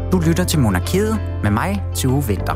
Du lytter til Monarkiet med mig, Tue Winther.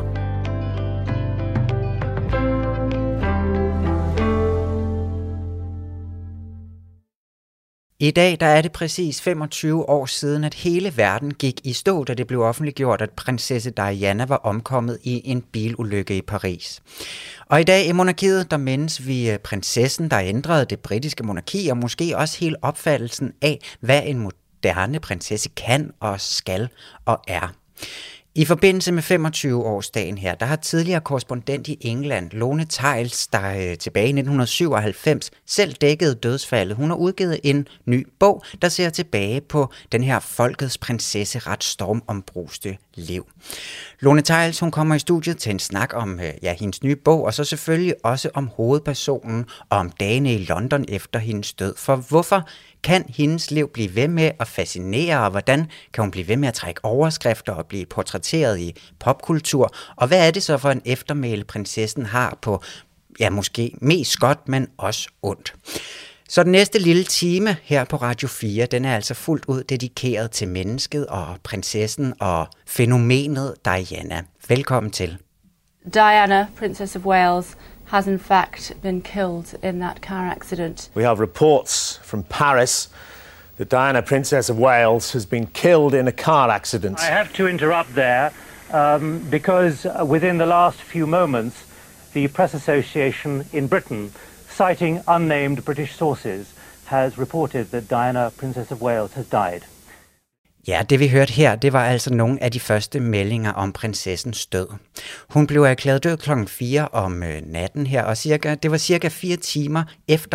I dag der er det præcis 25 år siden, at hele verden gik i stå, da det blev offentliggjort, at prinsesse Diana var omkommet i en bilulykke i Paris. Og i dag i Monarkiet, der mindes vi prinsessen, der ændrede det britiske monarki, og måske også hele opfattelsen af, hvad en moderne prinsesse kan og skal og er. I forbindelse med 25-årsdagen her, der har tidligere korrespondent i England, Lone Theils, der tilbage i 1997 selv dækkede dødsfaldet. Hun har udgivet en ny bog, der ser tilbage på den her folkets prinsesse ret stormombruste liv. Lone Theils, hun kommer i studiet til en snak om hendes nye bog, og så selvfølgelig også om hovedpersonen og om dagene i London efter hendes død. For hvorfor kan hendes liv blive ved med at fascinere, og hvordan kan hun blive ved med at trække overskrifter og blive portrætteret i popkultur? Og hvad er det så for en eftermæle, prinsessen har på, måske mest godt, men også ondt? Så den næste lille time her på Radio 4, den er altså fuldt ud dedikeret til mennesket og prinsessen og fænomenet Diana. Velkommen til. Diana, Princess of Wales, has in fact been killed in that car accident. We have reports from Paris that Diana, Princess of Wales, has been killed in a car accident. I have to interrupt there because within the last few moments, the Press Association in Britain, citing unnamed British sources, has reported that Diana, Princess of Wales, has died. Ja, det vi hørte her, det var altså nogle af de første meldinger om prinsessens død. Hun blev erklæret død klokken 4 om natten her, og det var cirka 4 timer efter,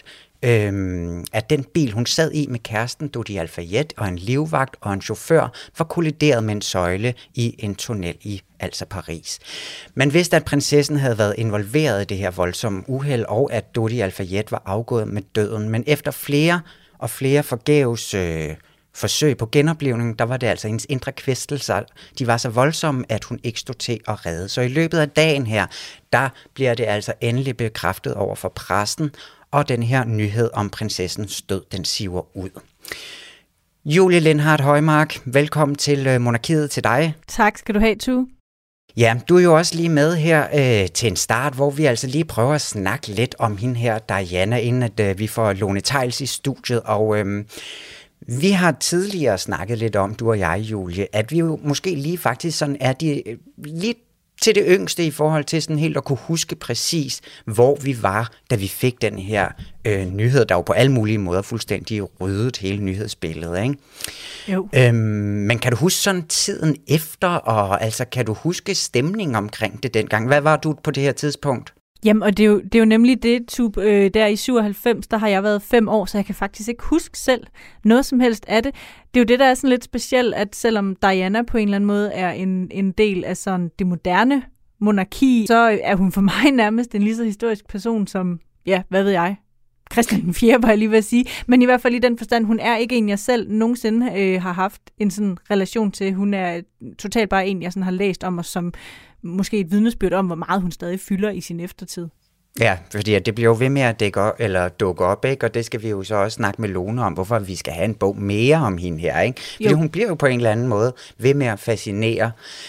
at den bil, hun sad i med kæresten Dodi Al-Fayed og en livvagt og en chauffør, var kollideret med en søjle i en tunnel i altså Paris. Man vidste, at prinsessen havde været involveret i det her voldsomme uheld, og at Dodi Al-Fayed var afgået med døden, men efter flere og flere forgæves forsøg på genoplivning, der var det altså hendes indre kvæstelser. De var så voldsomme, at hun ikke stod til at redde. Så i løbet af dagen her, der bliver det altså endelig bekræftet over for pressen, og den her nyhed om prinsessens død, den siver ud. Julie Lindhardt Højmark, velkommen til Monarkiet til dig. Tak skal du have, Tue. Ja, du er jo også lige med her til en start, hvor vi altså lige prøver at snakke lidt om hende her, Diana, inden at vi får Lone Theils i studiet, og vi har tidligere snakket lidt om, du og jeg, Julie, at vi jo måske lige faktisk sådan er de lidt til det yngste i forhold til sådan helt at kunne huske præcis, hvor vi var, da vi fik den her nyhed, der jo på alle mulige måder fuldstændig ryddede hele nyhedsbilledet, ikke? Jo. Men kan du huske sådan tiden efter, og altså kan du huske stemningen omkring det dengang? Hvad var du på det her tidspunkt? Jamen, og det er jo nemlig det, Tube, der i 97, der har jeg været 5 år, så jeg kan faktisk ikke huske selv noget som helst af det. Det er jo det, der er sådan lidt specielt, at selvom Diana på en eller anden måde er en del af sådan det moderne monarki, så er hun for mig nærmest en lige så historisk person som, hvad ved jeg, Christian 4, var jeg lige ved at sige. Men i hvert fald i den forstand, hun er ikke en, jeg selv nogensinde har haft en sådan relation til. Hun er totalt bare en, jeg sådan har læst om, og som måske et vidnesbyrd om, hvor meget hun stadig fylder i sin eftertid. Ja, fordi det bliver jo ved med at dukke op, ikke? Og det skal vi jo så også snakke med Lone om, hvorfor vi skal have en bog mere om hende her, ikke? Fordi hun bliver jo på en eller anden måde ved med at fascinere.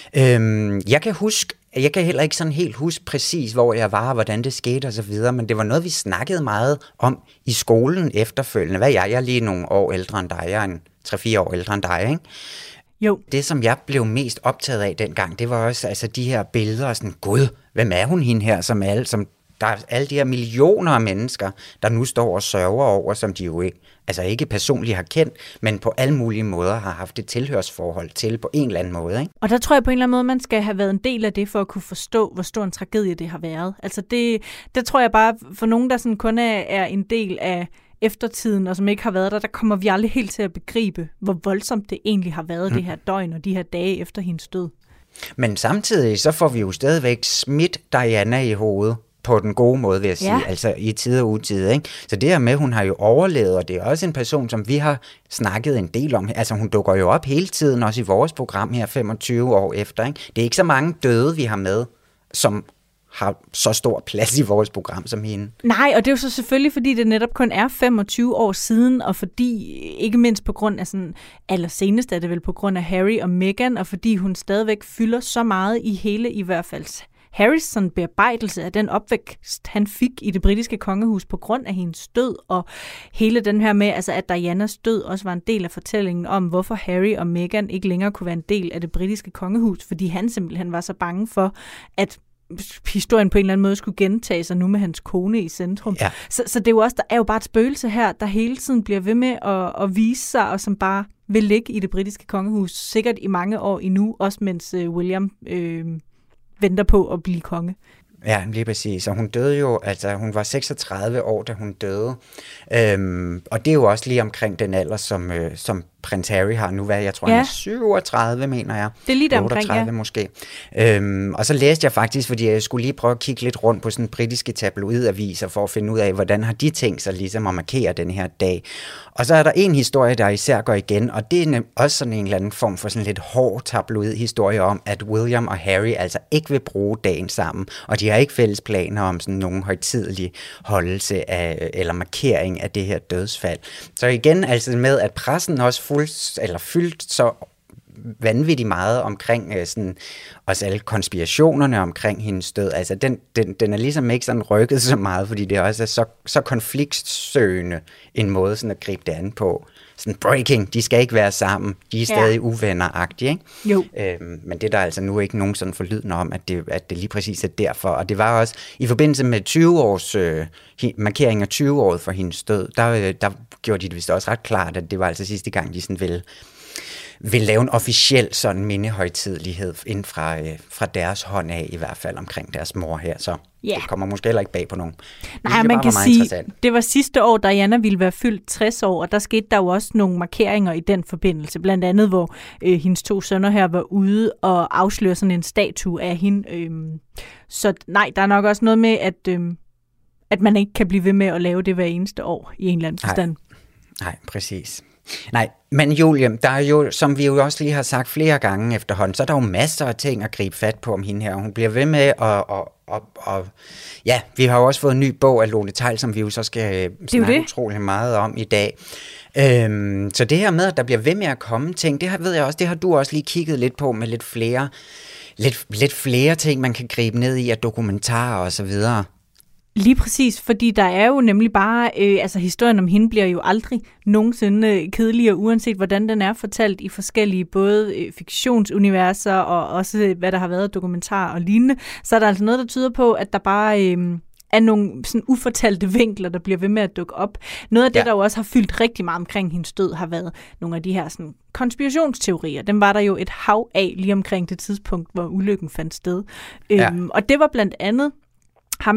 Jeg kan heller ikke sådan helt huske præcis, hvor jeg var, og hvordan det skete og så videre, men det var noget, vi snakkede meget om i skolen efterfølgende. Hvad er jeg lige nogle år ældre end dig? Jeg er 3-4 år ældre end dig, ikke? Jo. Det, som jeg blev mest optaget af dengang, det var også altså de her billeder og sådan, gud, hvem er hun hende her, som der er alle de her millioner af mennesker, der nu står og sørger over, som de jo ikke personligt har kendt, men på alle mulige måder har haft et tilhørsforhold til på en eller anden måde, ikke? Og der tror jeg på en eller anden måde, man skal have været en del af det, for at kunne forstå, hvor stor en tragedie det har været. Altså det tror jeg bare, for nogen, der sådan kun er en del af eftertiden, og som ikke har været der kommer vi aldrig helt til at begribe, hvor voldsomt det egentlig har været det her døgn og de her dage efter hendes død. Men samtidig så får vi jo stadigvæk smidt Diana i hovedet på den gode måde, vil jeg sige, altså i tid og utid, ikke? Så det her med, hun har jo overlevet, og det er også en person, som vi har snakket en del om. Altså hun dukker jo op hele tiden, også i vores program her 25 år efter, ikke? Det er ikke så mange døde, vi har med, som har så stor plads i vores program som hende. Nej, og det er jo så selvfølgelig, fordi det netop kun er 25 år siden, og fordi, ikke mindst på grund af sådan, allersenest er det vel på grund af Harry og Meghan, og fordi hun stadigvæk fylder så meget i hele, i hvert fald Harrys sådan bearbejdelse af den opvækst, han fik i det britiske kongehus på grund af hendes død, og hele den her med, altså at Dianas død også var en del af fortællingen om, hvorfor Harry og Meghan ikke længere kunne være en del af det britiske kongehus, fordi han simpelthen var så bange for, at historien på en eller anden måde skulle gentage sig nu med hans kone i centrum. Ja. Så det er jo også, der er jo bare et spøgelse her, der hele tiden bliver ved med at vise sig, og som bare vil ligge i det britiske kongehus, sikkert i mange år endnu, også mens William venter på at blive konge. Ja, lige præcis. Og hun døde jo, altså hun var 36 år, da hun døde. Og det er jo også lige omkring den alder, som prins Harry har nu. Jeg tror, han er 37, mener jeg. Det er lige der omkring, 38 måske. Og så læste jeg faktisk, fordi jeg skulle lige prøve at kigge lidt rundt på sådan britiske tabloidaviser, for at finde ud af, hvordan har de tænkt sig ligesom at markere den her dag. Og så er der en historie, der især går igen, og det er også sådan en eller anden form for sådan lidt hård tabloid-historie om, at William og Harry altså ikke vil bruge dagen sammen, og de har ikke fælles planer om sådan nogen højtidelig holdelse af, eller markering af det her dødsfald. Så igen altså med, at pressen også fyldt så vanvittigt meget omkring sådan, også alle konspirationerne omkring hendes død. Altså den er ligesom ikke sådan rykket så meget, fordi det også er så konfliktsøgende en måde sådan at gribe det an på. Sådan breaking, de skal ikke være sammen, de er stadig uvenner-agtige, ikke? Jo. Men det er der altså nu ikke nogen sådan forlydende om, at det lige præcis er derfor. Og det var også i forbindelse med 20 års markering af 20-året for hendes død, der gjorde de det vist også ret klart, at det var altså sidste gang, de sådan vil lave en officiel sådan mindehøjtidelighed inden fra deres hånd af, i hvert fald omkring deres mor her, så det kommer måske heller ikke bag på nogen. Nej, man kan sige, det var sidste år, Diana ville være fyldt 60 år, og der skete der jo også nogle markeringer i den forbindelse, blandt andet, hvor hendes 2 sønner her var ude og afsløre sådan en statue af hende. Så nej, der er nok også noget med, at man ikke kan blive ved med at lave det hver eneste år i en eller anden forstand. Nej, præcis. Nej, men Julie, der er jo, som vi jo også lige har sagt flere gange efterhånden, så er der jo masser af ting at gribe fat på om hende her. Hun bliver ved med og ja, vi har jo også fået en ny bog af Lone Theil, som vi jo så skal snakke utrolig meget om i dag. Så det her med, at der bliver ved med at komme ting, det ved jeg også, det har du også lige kigget lidt på med lidt flere ting, man kan gribe ned i af dokumentarer og så videre. Lige præcis, fordi der er jo nemlig bare, altså historien om hende bliver jo aldrig nogensinde kedeligere, uanset hvordan den er fortalt i forskellige både fiktionsuniverser og også hvad der har været dokumentarer og lignende. Så er der altså noget, der tyder på, at der bare er nogle sådan ufortalte vinkler, der bliver ved med at dukke op. Noget af det, der jo også har fyldt rigtig meget omkring hendes død, har været nogle af de her sådan konspirationsteorier. Dem var der jo et hav af lige omkring det tidspunkt, hvor ulykken fandt sted. Og det var blandt andet ham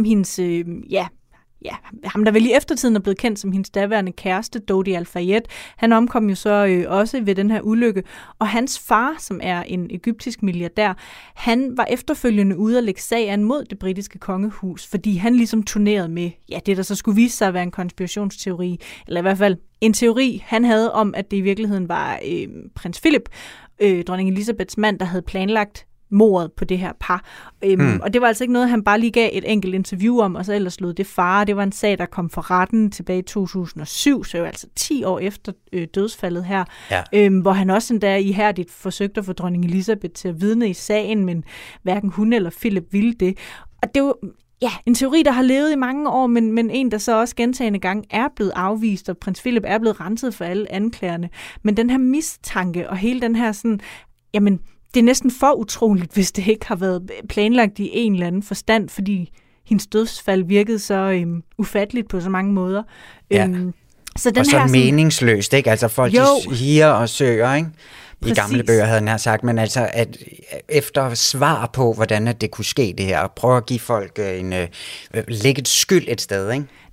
der vel i eftertiden er blevet kendt som hendes daværende kæreste, Dodi Al-Fayed. Han omkom jo så også ved den her ulykke, og hans far, som er en egyptisk milliardær, han var efterfølgende ude at lægge sag an mod det britiske kongehus, fordi han ligesom turnerede med, det der så skulle vise sig at være en konspirationsteori, eller i hvert fald en teori, han havde om, at det i virkeligheden var prins Philip, dronning Elisabeths mand, der havde planlagt mordet på det her par. Og det var altså ikke noget, han bare lige gav et enkelt interview om, og så ellers lod det fare. Det var en sag, der kom for retten tilbage i 2007, så jo altså 10 år efter dødsfaldet her, hvor han også endda ihærdigt forsøgte at få dronning Elisabeth til at vidne i sagen, men hverken hun eller Philip ville det. Og det var en teori, der har levet i mange år, men en, der så også gentagne gange er blevet afvist, og prins Philip er blevet renset for alle anklagerne. Men den her mistanke og hele den her sådan, det er næsten for utroligt, hvis det ikke har været planlagt i en eller anden forstand, fordi hendes dødsfald virkede så ufatteligt på så mange måder. Ja. Så den og så her, meningsløst, ikke? Altså folk higer og søger, ikke? I gamle bøger havde han sagt, men altså at efter svar på, hvordan det kunne ske det her, og prøve at give folk lægge et skyld et sted, ikke?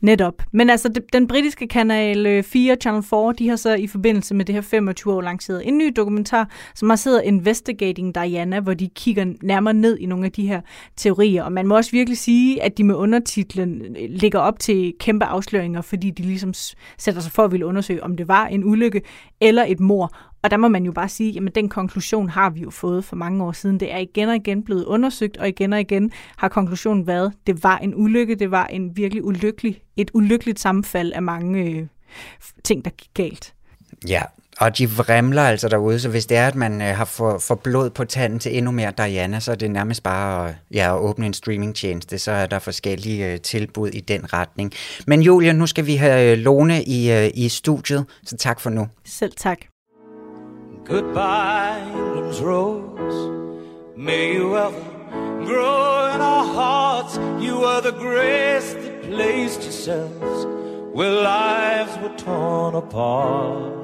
Netop. Men altså, den britiske kanal 4, Channel 4, de har så i forbindelse med det her 25 år lanceret en ny dokumentar, som har siddet Investigating Diana, hvor de kigger nærmere ned i nogle af de her teorier. Og man må også virkelig sige, at de med undertitlen ligger op til kæmpe afsløringer, fordi de ligesom sætter sig for at ville undersøge, om det var en ulykke eller et mord. Og der må man jo bare sige, jamen den konklusion har vi jo fået for mange år siden. Det er igen og igen blevet undersøgt, og igen har konklusionen været, det var en ulykke, det var en virkelig et ulykkeligt sammenfald af mange ting, der gik galt. Ja, og de vrimler altså derude, så hvis det er, at man har for blod på tanden til endnu mere Diana, så er det nærmest bare at åbne en streamingtjeneste, så er der forskellige tilbud i den retning. Men Julia, nu skal vi have Lone i studiet, så tak for nu. Selv tak. Goodbye, England's rose. May you ever grow in our hearts. You are the grace that placed yourselves where lives were torn apart.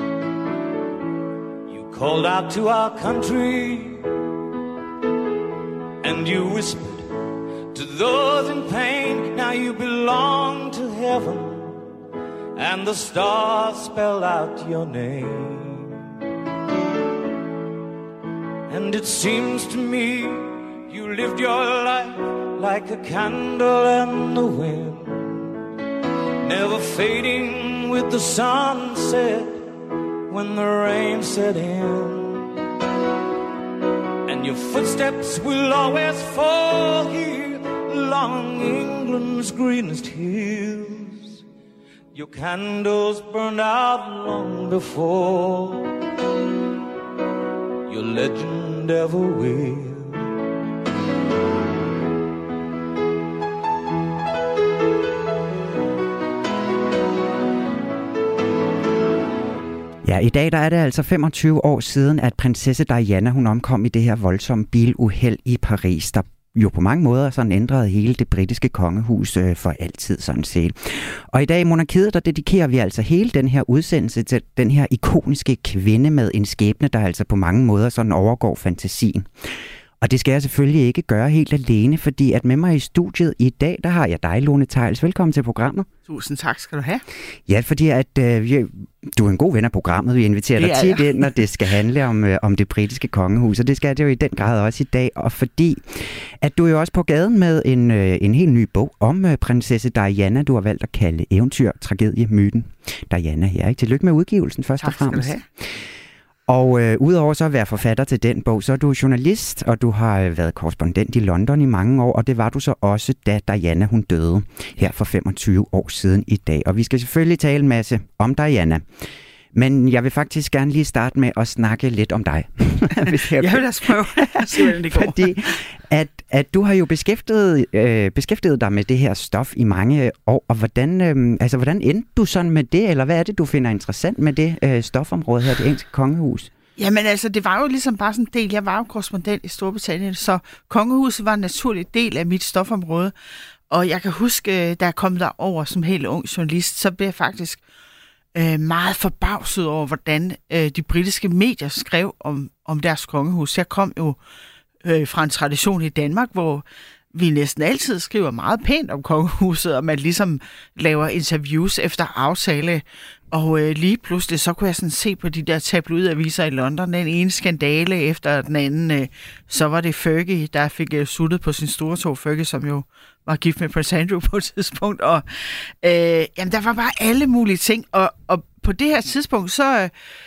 You called out to our country and you whispered to those in pain. Now you belong to heaven and the stars spell out your name. And it seems to me you lived your life like a candle in the wind, never fading with the sunset when the rain set in. And your footsteps will always fall here along England's greenest hills. Your candles burned out long before your legend ever will. Ja, i dag der er det altså 25 år siden, at prinsesse Diana hun omkom i det her voldsomme biluheld i Paris, der jo på mange måder sådan ændrede hele det britiske kongehus for altid sådan set. Og i dag i Monarkiet, der dedikerer vi altså hele den her udsendelse til den her ikoniske kvinde med en skæbne, der altså på mange måder sådan overgår fantasien. Og det skal jeg selvfølgelig ikke gøre helt alene, fordi at med mig i studiet i dag, der har jeg dig, Lone Theils. Velkommen til programmet. Tusind tak skal du have. Ja, fordi at du er en god ven af programmet. Vi inviterer dig tit ind, når det skal handle om det britiske kongehus, og det skal det jo i den grad også i dag. Og fordi at du er jo også på gaden med en helt ny bog om prinsesse Diana, du har valgt at kalde Eventyr, Tragedie, Myten Diana. Ja, ikke? Tillykke med udgivelsen først og fremmest. Tak skal du have. Og udover så at være forfatter til den bog, så er du journalist, og du har været korrespondent i London i mange år, og det var du så også, da Diana hun døde her for 25 år siden i dag. Og vi skal selvfølgelig tale en masse om Diana. Men jeg vil faktisk gerne lige starte med at snakke lidt om dig. Jeg vil lade prøve at se, hvordan det går. Fordi at du har jo beskæftiget dig med det her stof i mange år, og hvordan endte du sådan med det, eller hvad er det, du finder interessant med det stofområde her, det engelske kongehus? Jamen altså, det var jo ligesom bare sådan en del. Jeg var jo korrespondent i Storbritannien, så kongehuset var en naturlig del af mit stofområde. Og jeg kan huske, da jeg kom derover som helt ung journalist, så blev jeg faktisk meget forbavset over, hvordan de britiske medier skrev om deres kongehus. Jeg kom jo fra en tradition i Danmark, hvor vi næsten altid skriver meget pænt om kongehuset, og man ligesom laver interviews efter aftale. Og lige pludselig, så kunne jeg sådan se på de der tabloidaviser i London, den ene skandale efter den anden. Så var det Fergie, der fik suttet på sin store tog, Fergie, som jo var gift med Prince Andrew på et tidspunkt. Og jamen, der var bare alle mulige ting. Og på det her tidspunkt, så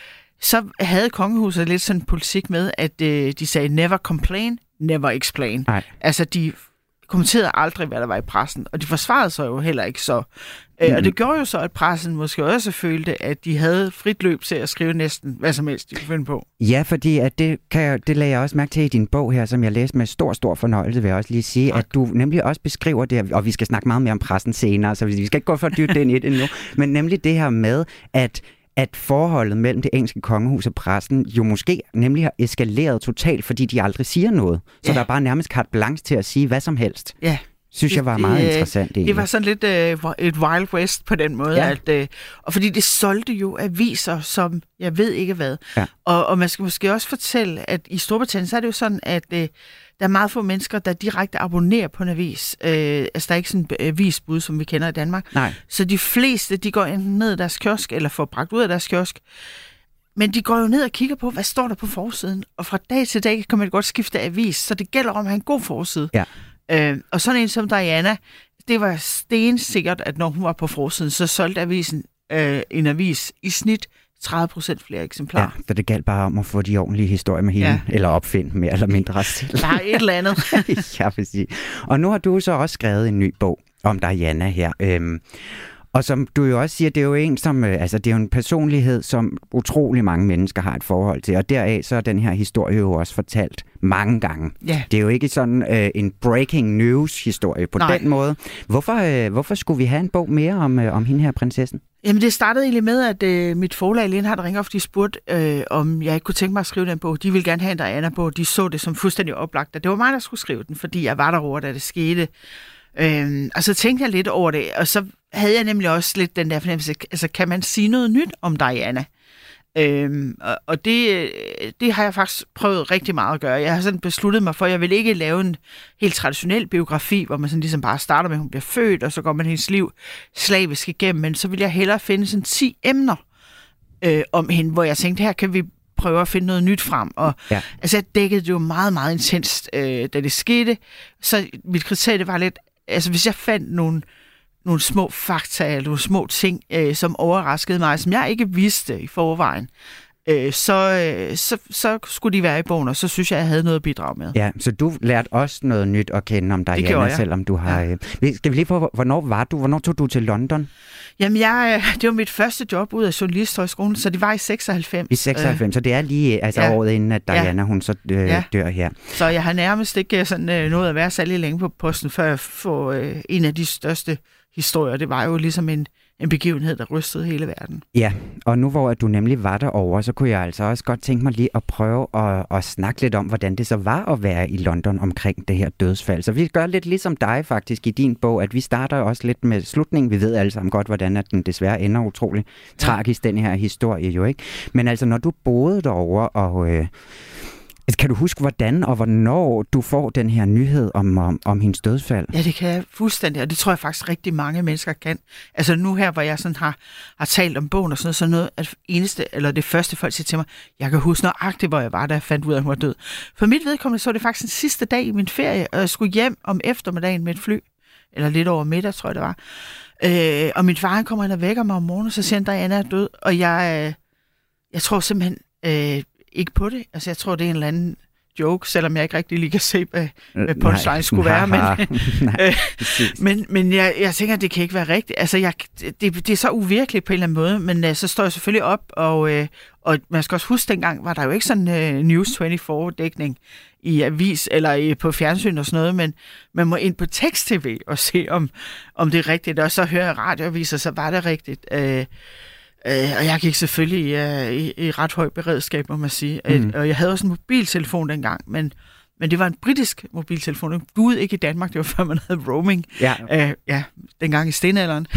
havde kongehuset lidt sådan en politik med, at de sagde, never complain, never explain. Nej. Altså, de kommenterede aldrig, hvad der var i pressen, og de forsvarede sig jo heller ikke så. Og det gjorde jo så, at pressen måske også følte, at de havde frit løb til at skrive næsten hvad som helst, de kunne finde på. Ja, fordi at det lagde jeg også mærke til i din bog her, som jeg læste med stor fornøjelse, vil jeg også lige sige, at du nemlig også beskriver det, og vi skal snakke meget mere om pressen senere, så vi skal ikke gå for dybt ind i det endnu, men nemlig det her med, at forholdet mellem det engelske kongehus og pressen jo måske nemlig har eskaleret totalt, fordi de aldrig siger noget. Så der er bare nærmest carte blanche til at sige hvad som helst. Ja. Synes jeg var meget interessant egentlig. Det var sådan lidt et Wild West på den måde. Ja. Og fordi det solgte jo aviser, som jeg ved ikke hvad. Ja. Og man skal måske også fortælle, at i Storbritannien, så er det jo sådan, at der er meget få mennesker, der direkte abonnerer på en avis. Altså der er ikke sådan en avisbud, som vi kender i Danmark. Nej. Så de fleste, de går enten ned i deres kiosk, eller får bragt ud af deres kiosk. Men de går jo ned og kigger på, hvad står der på forsiden. Og fra dag til dag kan man godt skifte avis, så det gælder om at have en god forside. Ja. Og sådan en som Diana, det var stensikkert, at når hun var på forsiden, så solgte avisen en avis i snit 30% flere eksemplarer. Ja, så det galt bare om at få de ordentlige historier med hende, eller opfinde mere eller mindre selv. Der er et eller andet. Ja, præcis. Og nu har du så også skrevet en ny bog om Diana her. Og som du jo også siger, det er jo en, som, altså det er jo en personlighed, som utrolig mange mennesker har et forhold til, og deraf så er den her historie jo også fortalt mange gange. Yeah. Det er jo ikke sådan en breaking news historie på den måde. Hvorfor skulle vi have en bog mere om hende her prinsessen? Jamen det startede egentlig med, at mit forlag Lindhardt Ringhof, de spurgte, om jeg ikke kunne tænke mig at skrive den bog. De ville gerne have en Diana-bog. De så det som fuldstændig oplagt, og det var mig, der skulle skrive den, fordi jeg var derovre, da det skete. Og så tænkte jeg lidt over det, og så havde jeg nemlig også lidt den der fornemmelse, altså kan man sige noget nyt om Diana? Og det har jeg faktisk prøvet rigtig meget at gøre. Jeg har sådan besluttet mig for, at jeg vil ikke lave en helt traditionel biografi, hvor man sådan ligesom bare starter med, at hun bliver født, og så går man hendes liv slavisk igennem, men så vil jeg hellere finde sådan 10 emner om hende, hvor jeg tænkte, her kan vi prøve at finde noget nyt frem. Og altså, jeg dækkede det jo meget, meget intenst, da det skete. Så mit kriterie var lidt, altså hvis jeg fandt nogle små fakta eller nogle små ting, som overraskede mig, som jeg ikke vidste i forvejen, så skulle de være i bogen, og så synes jeg havde noget at bidrage med. Ja, så du lærte også noget nyt at kende om Diana, selvom du har... Ja. Skal vi lige på, hvornår tog du til London? Jamen, det var mit første job ud af Journalisthøjskolen, så det var i 96. I 96, så det er lige året inden, at Diana hun så dør her. Så jeg har nærmest ikke sådan nået at være særlig længe på posten, før jeg får en af de største historier. Det var jo ligesom en begivenhed, der rystede hele verden. Ja, og nu hvor du nemlig var derovre, så kunne jeg altså også godt tænke mig lige at prøve at snakke lidt om, hvordan det så var at være i London omkring det her dødsfald. Så vi gør lidt ligesom dig faktisk i din bog, at vi starter også lidt med slutningen. Vi ved alle sammen godt, hvordan at den desværre ender utrolig tragisk, den her historie jo, ikke? Men altså, når du boede derovre, og kan du huske, hvordan og hvornår du får den her nyhed om hendes dødsfald? Ja, det kan jeg fuldstændig, og det tror jeg faktisk rigtig mange mennesker kan. Altså nu her, hvor jeg sådan har talt om bogen og sådan noget, at det første folk siger til mig, jeg kan huske nøjagtigt, hvor jeg var, da jeg fandt ud af, at hun var død. For mit vedkommende så var det faktisk den sidste dag i min ferie, og jeg skulle hjem om eftermiddagen med et fly, eller lidt over middag, tror jeg det var. Og min far kommer ind og vækker mig om morgenen, så siger han, Diana er død, og jeg tror simpelthen ikke på det. Altså, jeg tror, det er en eller anden joke, selvom jeg ikke rigtig lige kan se, hvad punchline skulle være. Men jeg tænker, at det kan ikke være rigtigt. Altså, det er så uvirkeligt på en eller anden måde, men så står jeg selvfølgelig op, og man skal også huske, dengang var der jo ikke sådan News 24-dækning i avis eller på fjernsyn og sådan noget, men man må ind på tekst-tv og se, om det er rigtigt, og så hører jeg radioaviser, så var det rigtigt. Og jeg gik selvfølgelig i ret høj beredskab, må man sige. Og jeg havde også en mobiltelefon dengang, men det var en britisk mobiltelefon. Den duede ikke i Danmark, det var før man havde roaming. Ja. Dengang i stenalderen.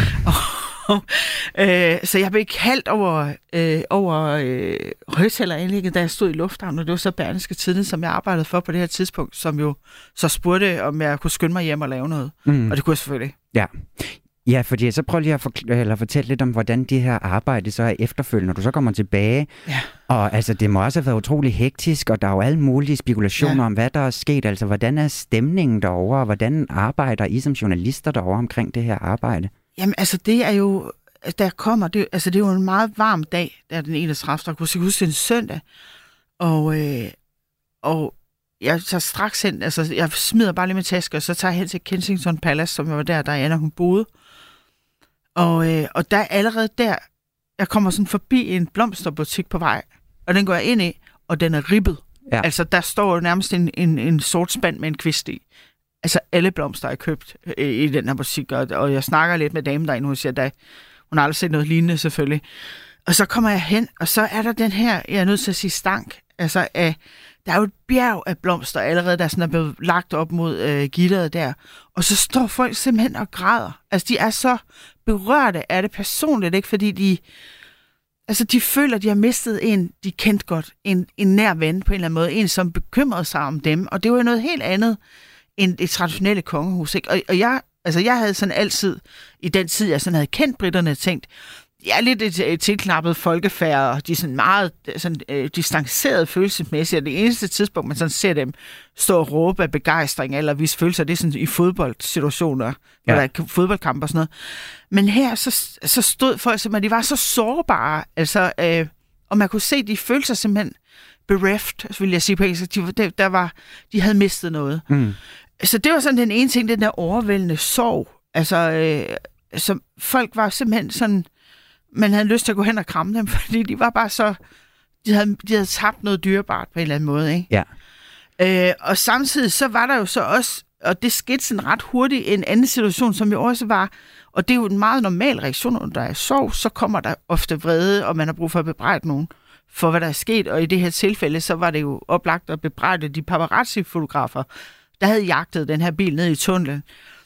Så jeg blev kaldt over højtaleranlægget, da jeg stod i lufthavnen, og det var så Berlingske Tidende, som jeg arbejdede for på det her tidspunkt, som jo så spurgte, om jeg kunne skynde mig hjem og lave noget. Og det kunne jeg selvfølgelig. Ja. Ja, fordi så prøv lige at fortælle lidt om, hvordan det her arbejde så er efterfølgende, når du så kommer tilbage. Ja. Og altså, det må også have været utrolig hektisk, og der er jo alle mulige spekulationer om, hvad der er sket. Altså, hvordan er stemningen derovre, og hvordan arbejder I som journalister derovre omkring det her arbejde? Jamen, altså, det er jo, der kommer, det er jo en meget varm dag, der er den 31. august. Jeg kan huske, det er en søndag, og jeg tager straks hen, altså, jeg smider bare lige min taske, og så tager jeg hen til Kensington Palace, som var der Diana, hun boede. Og der allerede der, jeg kommer sådan forbi en blomsterbutik på vej, og den går jeg ind i, og den er ribbet. Ja. Altså, der står nærmest en sort spand med en kvist i. Altså, alle blomster er købt i den her butik, og jeg snakker lidt med damen derinde, hun siger, at hun har aldrig set noget lignende, selvfølgelig. Og så kommer jeg hen, og så er der den her, jeg er nødt til at sige stank, altså, der der er jo et bjerg af blomster allerede, der sådan er blevet lagt op mod gitteret der. Og så står folk simpelthen og græder. Altså, de er så berørte af det personligt, ikke? Fordi de føler, at de har mistet en, de kendte godt. En nær ven på en eller anden måde. En, som bekymrede sig om dem. Og det var jo noget helt andet end det traditionelle kongehus, ikke? Og jeg havde sådan altid, i den tid, jeg sådan havde kendt britterne, tænkt, jeg er lidt et tilknappet folkefærd, og de er sådan meget distanceret følelsesmæssigt, og det eneste tidspunkt, man sådan ser dem stå og råbe af begejstring, eller vise følelser, det er sådan i fodboldsituationer, hvor der er fodboldkampe og sådan noget. Men her, så stod folk simpelthen, de var så sårbare, altså, og man kunne se, de følte sig simpelthen bereft, vil jeg sige på engelsk. De havde mistet noget. Mm. Så det var sådan den ene ting, den der overvældende sorg. Altså, så folk var simpelthen sådan, man havde lyst til at gå hen og kramme dem, fordi de var bare så, de havde tabt noget dyrebart på en eller anden måde, ikke? Ja. Og samtidig så var der jo så også, og det skete sådan ret hurtigt, en anden situation, som jo også var, og det er jo en meget normal reaktion, når der er sorg, så kommer der ofte vrede, og man har brug for at bebrejde nogen for, hvad der er sket, og i det her tilfælde, så var det jo oplagt at bebrejde de paparazzi-fotografer, der havde jagtet den her bil ned i tunnelen.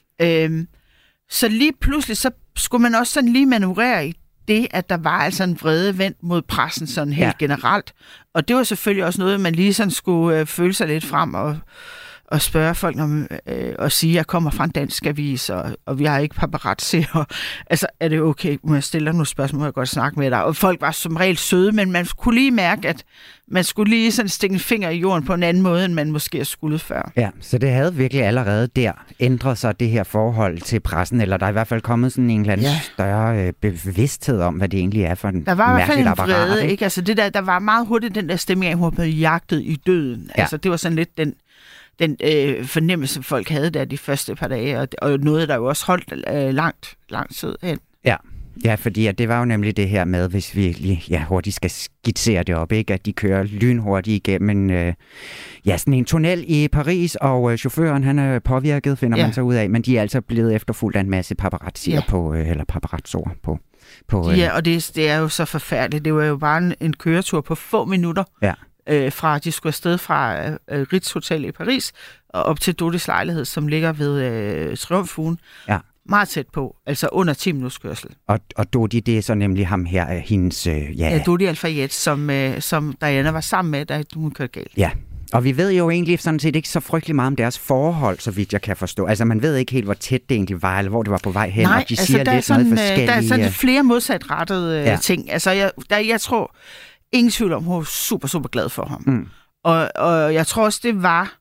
Så lige pludselig, så skulle man også sådan lige manøvrere i det, at der var altså en vrede vendt mod pressen sådan helt generelt. Og det var selvfølgelig også noget, man lige sådan skulle føle sig lidt frem og spørge folk om, og sige, at jeg kommer fra en dansk avis, og vi har ikke paparazzi, og altså, er det okay, må jeg stille dig nogle spørgsmål, må jeg godt snakke med dig? Og folk var som regel søde, men man kunne lige mærke, at man skulle lige sådan stikke en finger i jorden på en anden måde, end man måske skulle før. Ja, så det havde virkelig allerede der ændret sig, det her forhold til pressen, eller der er i hvert fald kommet sådan en eller anden større bevidsthed om, hvad det egentlig er for en mærkeligt apparat. Der var i hvert fald en vrede, ikke? Altså det der var meget hurtigt den der stemning af, at hun var blevet jagtet i døden. Ja. Altså det var sådan lidt den fornemmelse, folk havde der de første par dage, og noget, der jo også holdt lang tid hen. Ja, fordi det var jo nemlig det her med, hvis vi lige hurtigt skal skitsere det op, ikke? At de kører lynhurtigt igennem sådan en tunnel i Paris, og chaufføren, han er påvirket, finder man sig ud af, men de er altså blevet efterfulgt af en masse paparazzier eller paparazzoer på. Og det er jo så forfærdeligt. Det var jo bare en køretur på få minutter. Ja. Fra de skulle afsted fra Ritz Hotel i Paris og op til Dodis lejlighed, som ligger ved Triumfbuen. Ja. Meget tæt på, altså under 10 minutters kørsel. Og Dodi, det er så nemlig ham her, hendes... Dodi Al-Fayed, som Diana var sammen med, da hun kørte galt. Ja, og vi ved jo egentlig sådan set ikke så frygtelig meget om deres forhold, så vidt jeg kan forstå. Altså man ved ikke helt, hvor tæt det egentlig var, eller hvor det var på vej hen, og de siger lidt noget forskellige... der er sådan flere modsatrettede ting. Altså jeg tror... Ingen tvivl om, hun var super, super glad for ham. Mm. Og jeg tror også, det var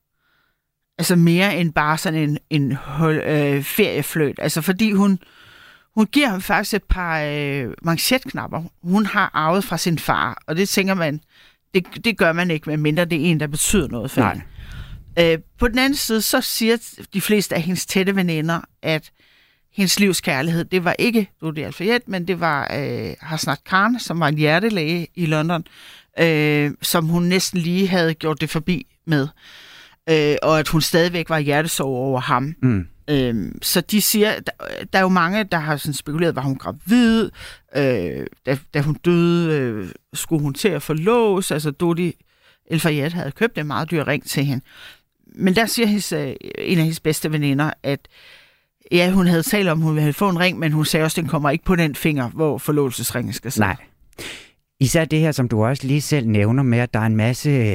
altså mere end bare sådan en feriefløjt. Altså fordi hun giver ham faktisk et par manchetknapper. Hun har arvet fra sin far, og det tænker man, det gør man ikke, medmindre det er en, der betyder noget for hende. På den anden side, så siger de fleste af hendes tætte veninder, at hendes livs kærlighed, det var ikke Dodi Al-Fayed, men det var Hasnat Khan, som var en hjertelæge i London, som hun næsten lige havde gjort det forbi med. Og at hun stadigvæk var hjertesorg over ham. Mm. Så de siger, der er jo mange, der har sådan spekuleret, var hun gravid? Da hun døde, skulle hun til at forlås? Altså Dodi Al-Fayed havde købt en meget dyr ring til hende. Men der siger en af hendes bedste veninder, at hun havde talt om, hun ville få en ring, men hun sagde også, at den kommer ikke på den finger, hvor forlovelsesringen skal sidde. Nej. Især det her, som du også lige selv nævner med, at der er en masse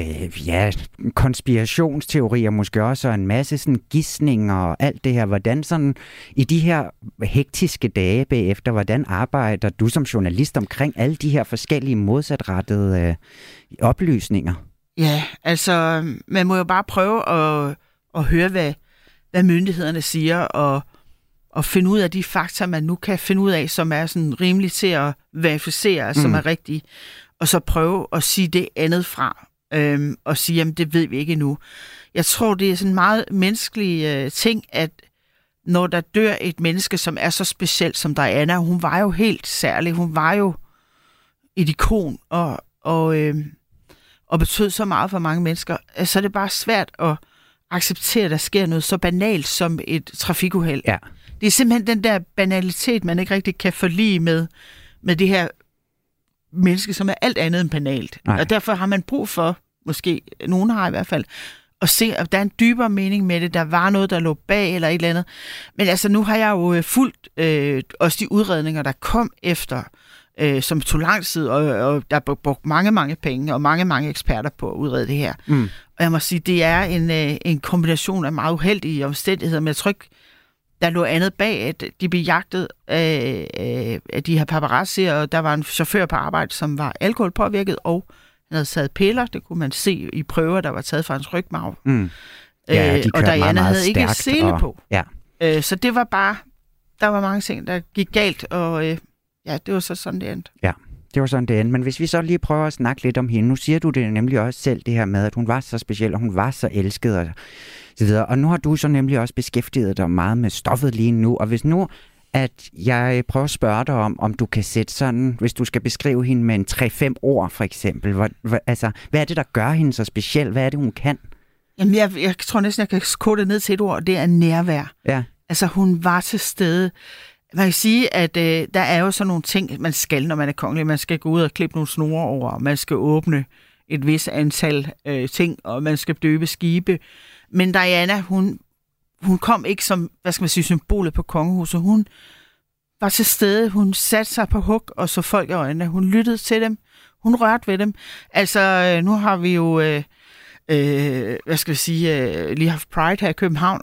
konspirationsteorier, måske også, og en masse sådan gidsninger og alt det her. Hvordan sådan i de her hektiske dage bagefter, hvordan arbejder du som journalist omkring alle de her forskellige modsatrettede oplysninger? Ja, altså man må jo bare prøve at høre, hvad myndighederne siger, og finde ud af de fakta, man nu kan finde ud af, som er sådan rimeligt til at verificere, som er rigtige, og så prøve at sige det andet fra, og sige, jamen det ved vi ikke endnu. Jeg tror, det er sådan en meget menneskelig ting, at når der dør et menneske, som er så specielt som Diana, hun var jo helt særlig, hun var jo et ikon, og betød så meget for mange mennesker, så er det bare svært at acceptere, at der sker noget så banalt som et trafikuheld. Ja. Det er simpelthen den der banalitet, man ikke rigtig kan forlige med det her menneske, som er alt andet end banalt. Nej. Og derfor har man brug for måske nogen har i hvert fald, og se, at der er en dybere mening med det, der var noget, der lå bag eller et eller andet. Men altså, nu har jeg jo fulgt også de udredninger, der kom efter, som tog lang tid, og der er brugt mange penge, og mange eksperter på at udrede det her. Og jeg må sige, det er en kombination af meget uheldige omstændigheder, men jeg tror ikke, der lå andet bag, at de blev jagtet af de her paparazzi, og der var en chauffør på arbejde, som var alkoholpåvirket, og han havde taget piller. Det kunne man se i prøver, der var taget fra hans rygmarv. Ja, de og Diana meget havde ikke sele på. Ja. Så det var bare, der var mange ting, der gik galt, og det var så sådan, det endte. Ja, det var sådan, det endte. Men hvis vi så lige prøver at snakke lidt om hende. Nu siger du det nemlig også selv, det her med, at hun var så speciel, og hun var så elsket, og så videre. Og nu har du så nemlig også beskæftiget dig meget med stoffet lige nu, og hvis nu at jeg prøver at spørge dig om du kan sætte sådan, hvis du skal beskrive hende med en 3-5 ord for eksempel, hvad er det, der gør hende så speciel? Hvad er det, hun kan? Jamen, jeg tror næsten, jeg kan kode det ned til et ord, og det er nærvær. Ja. Altså, hun var til stede. Man kan sige, at der er jo sådan nogle ting, man skal, når man er kongelig. Man skal gå ud og klippe nogle snore over, og man skal åbne et vis antal ting, og man skal døbe skibe. Men Diana, hun kom ikke som, symbolet på kongehuset. Hun var til stede, hun satte sig på hug og så folk i øjnene. Hun lyttede til dem, hun rørte ved dem. Altså, nu har vi jo, lige haft Pride her i København,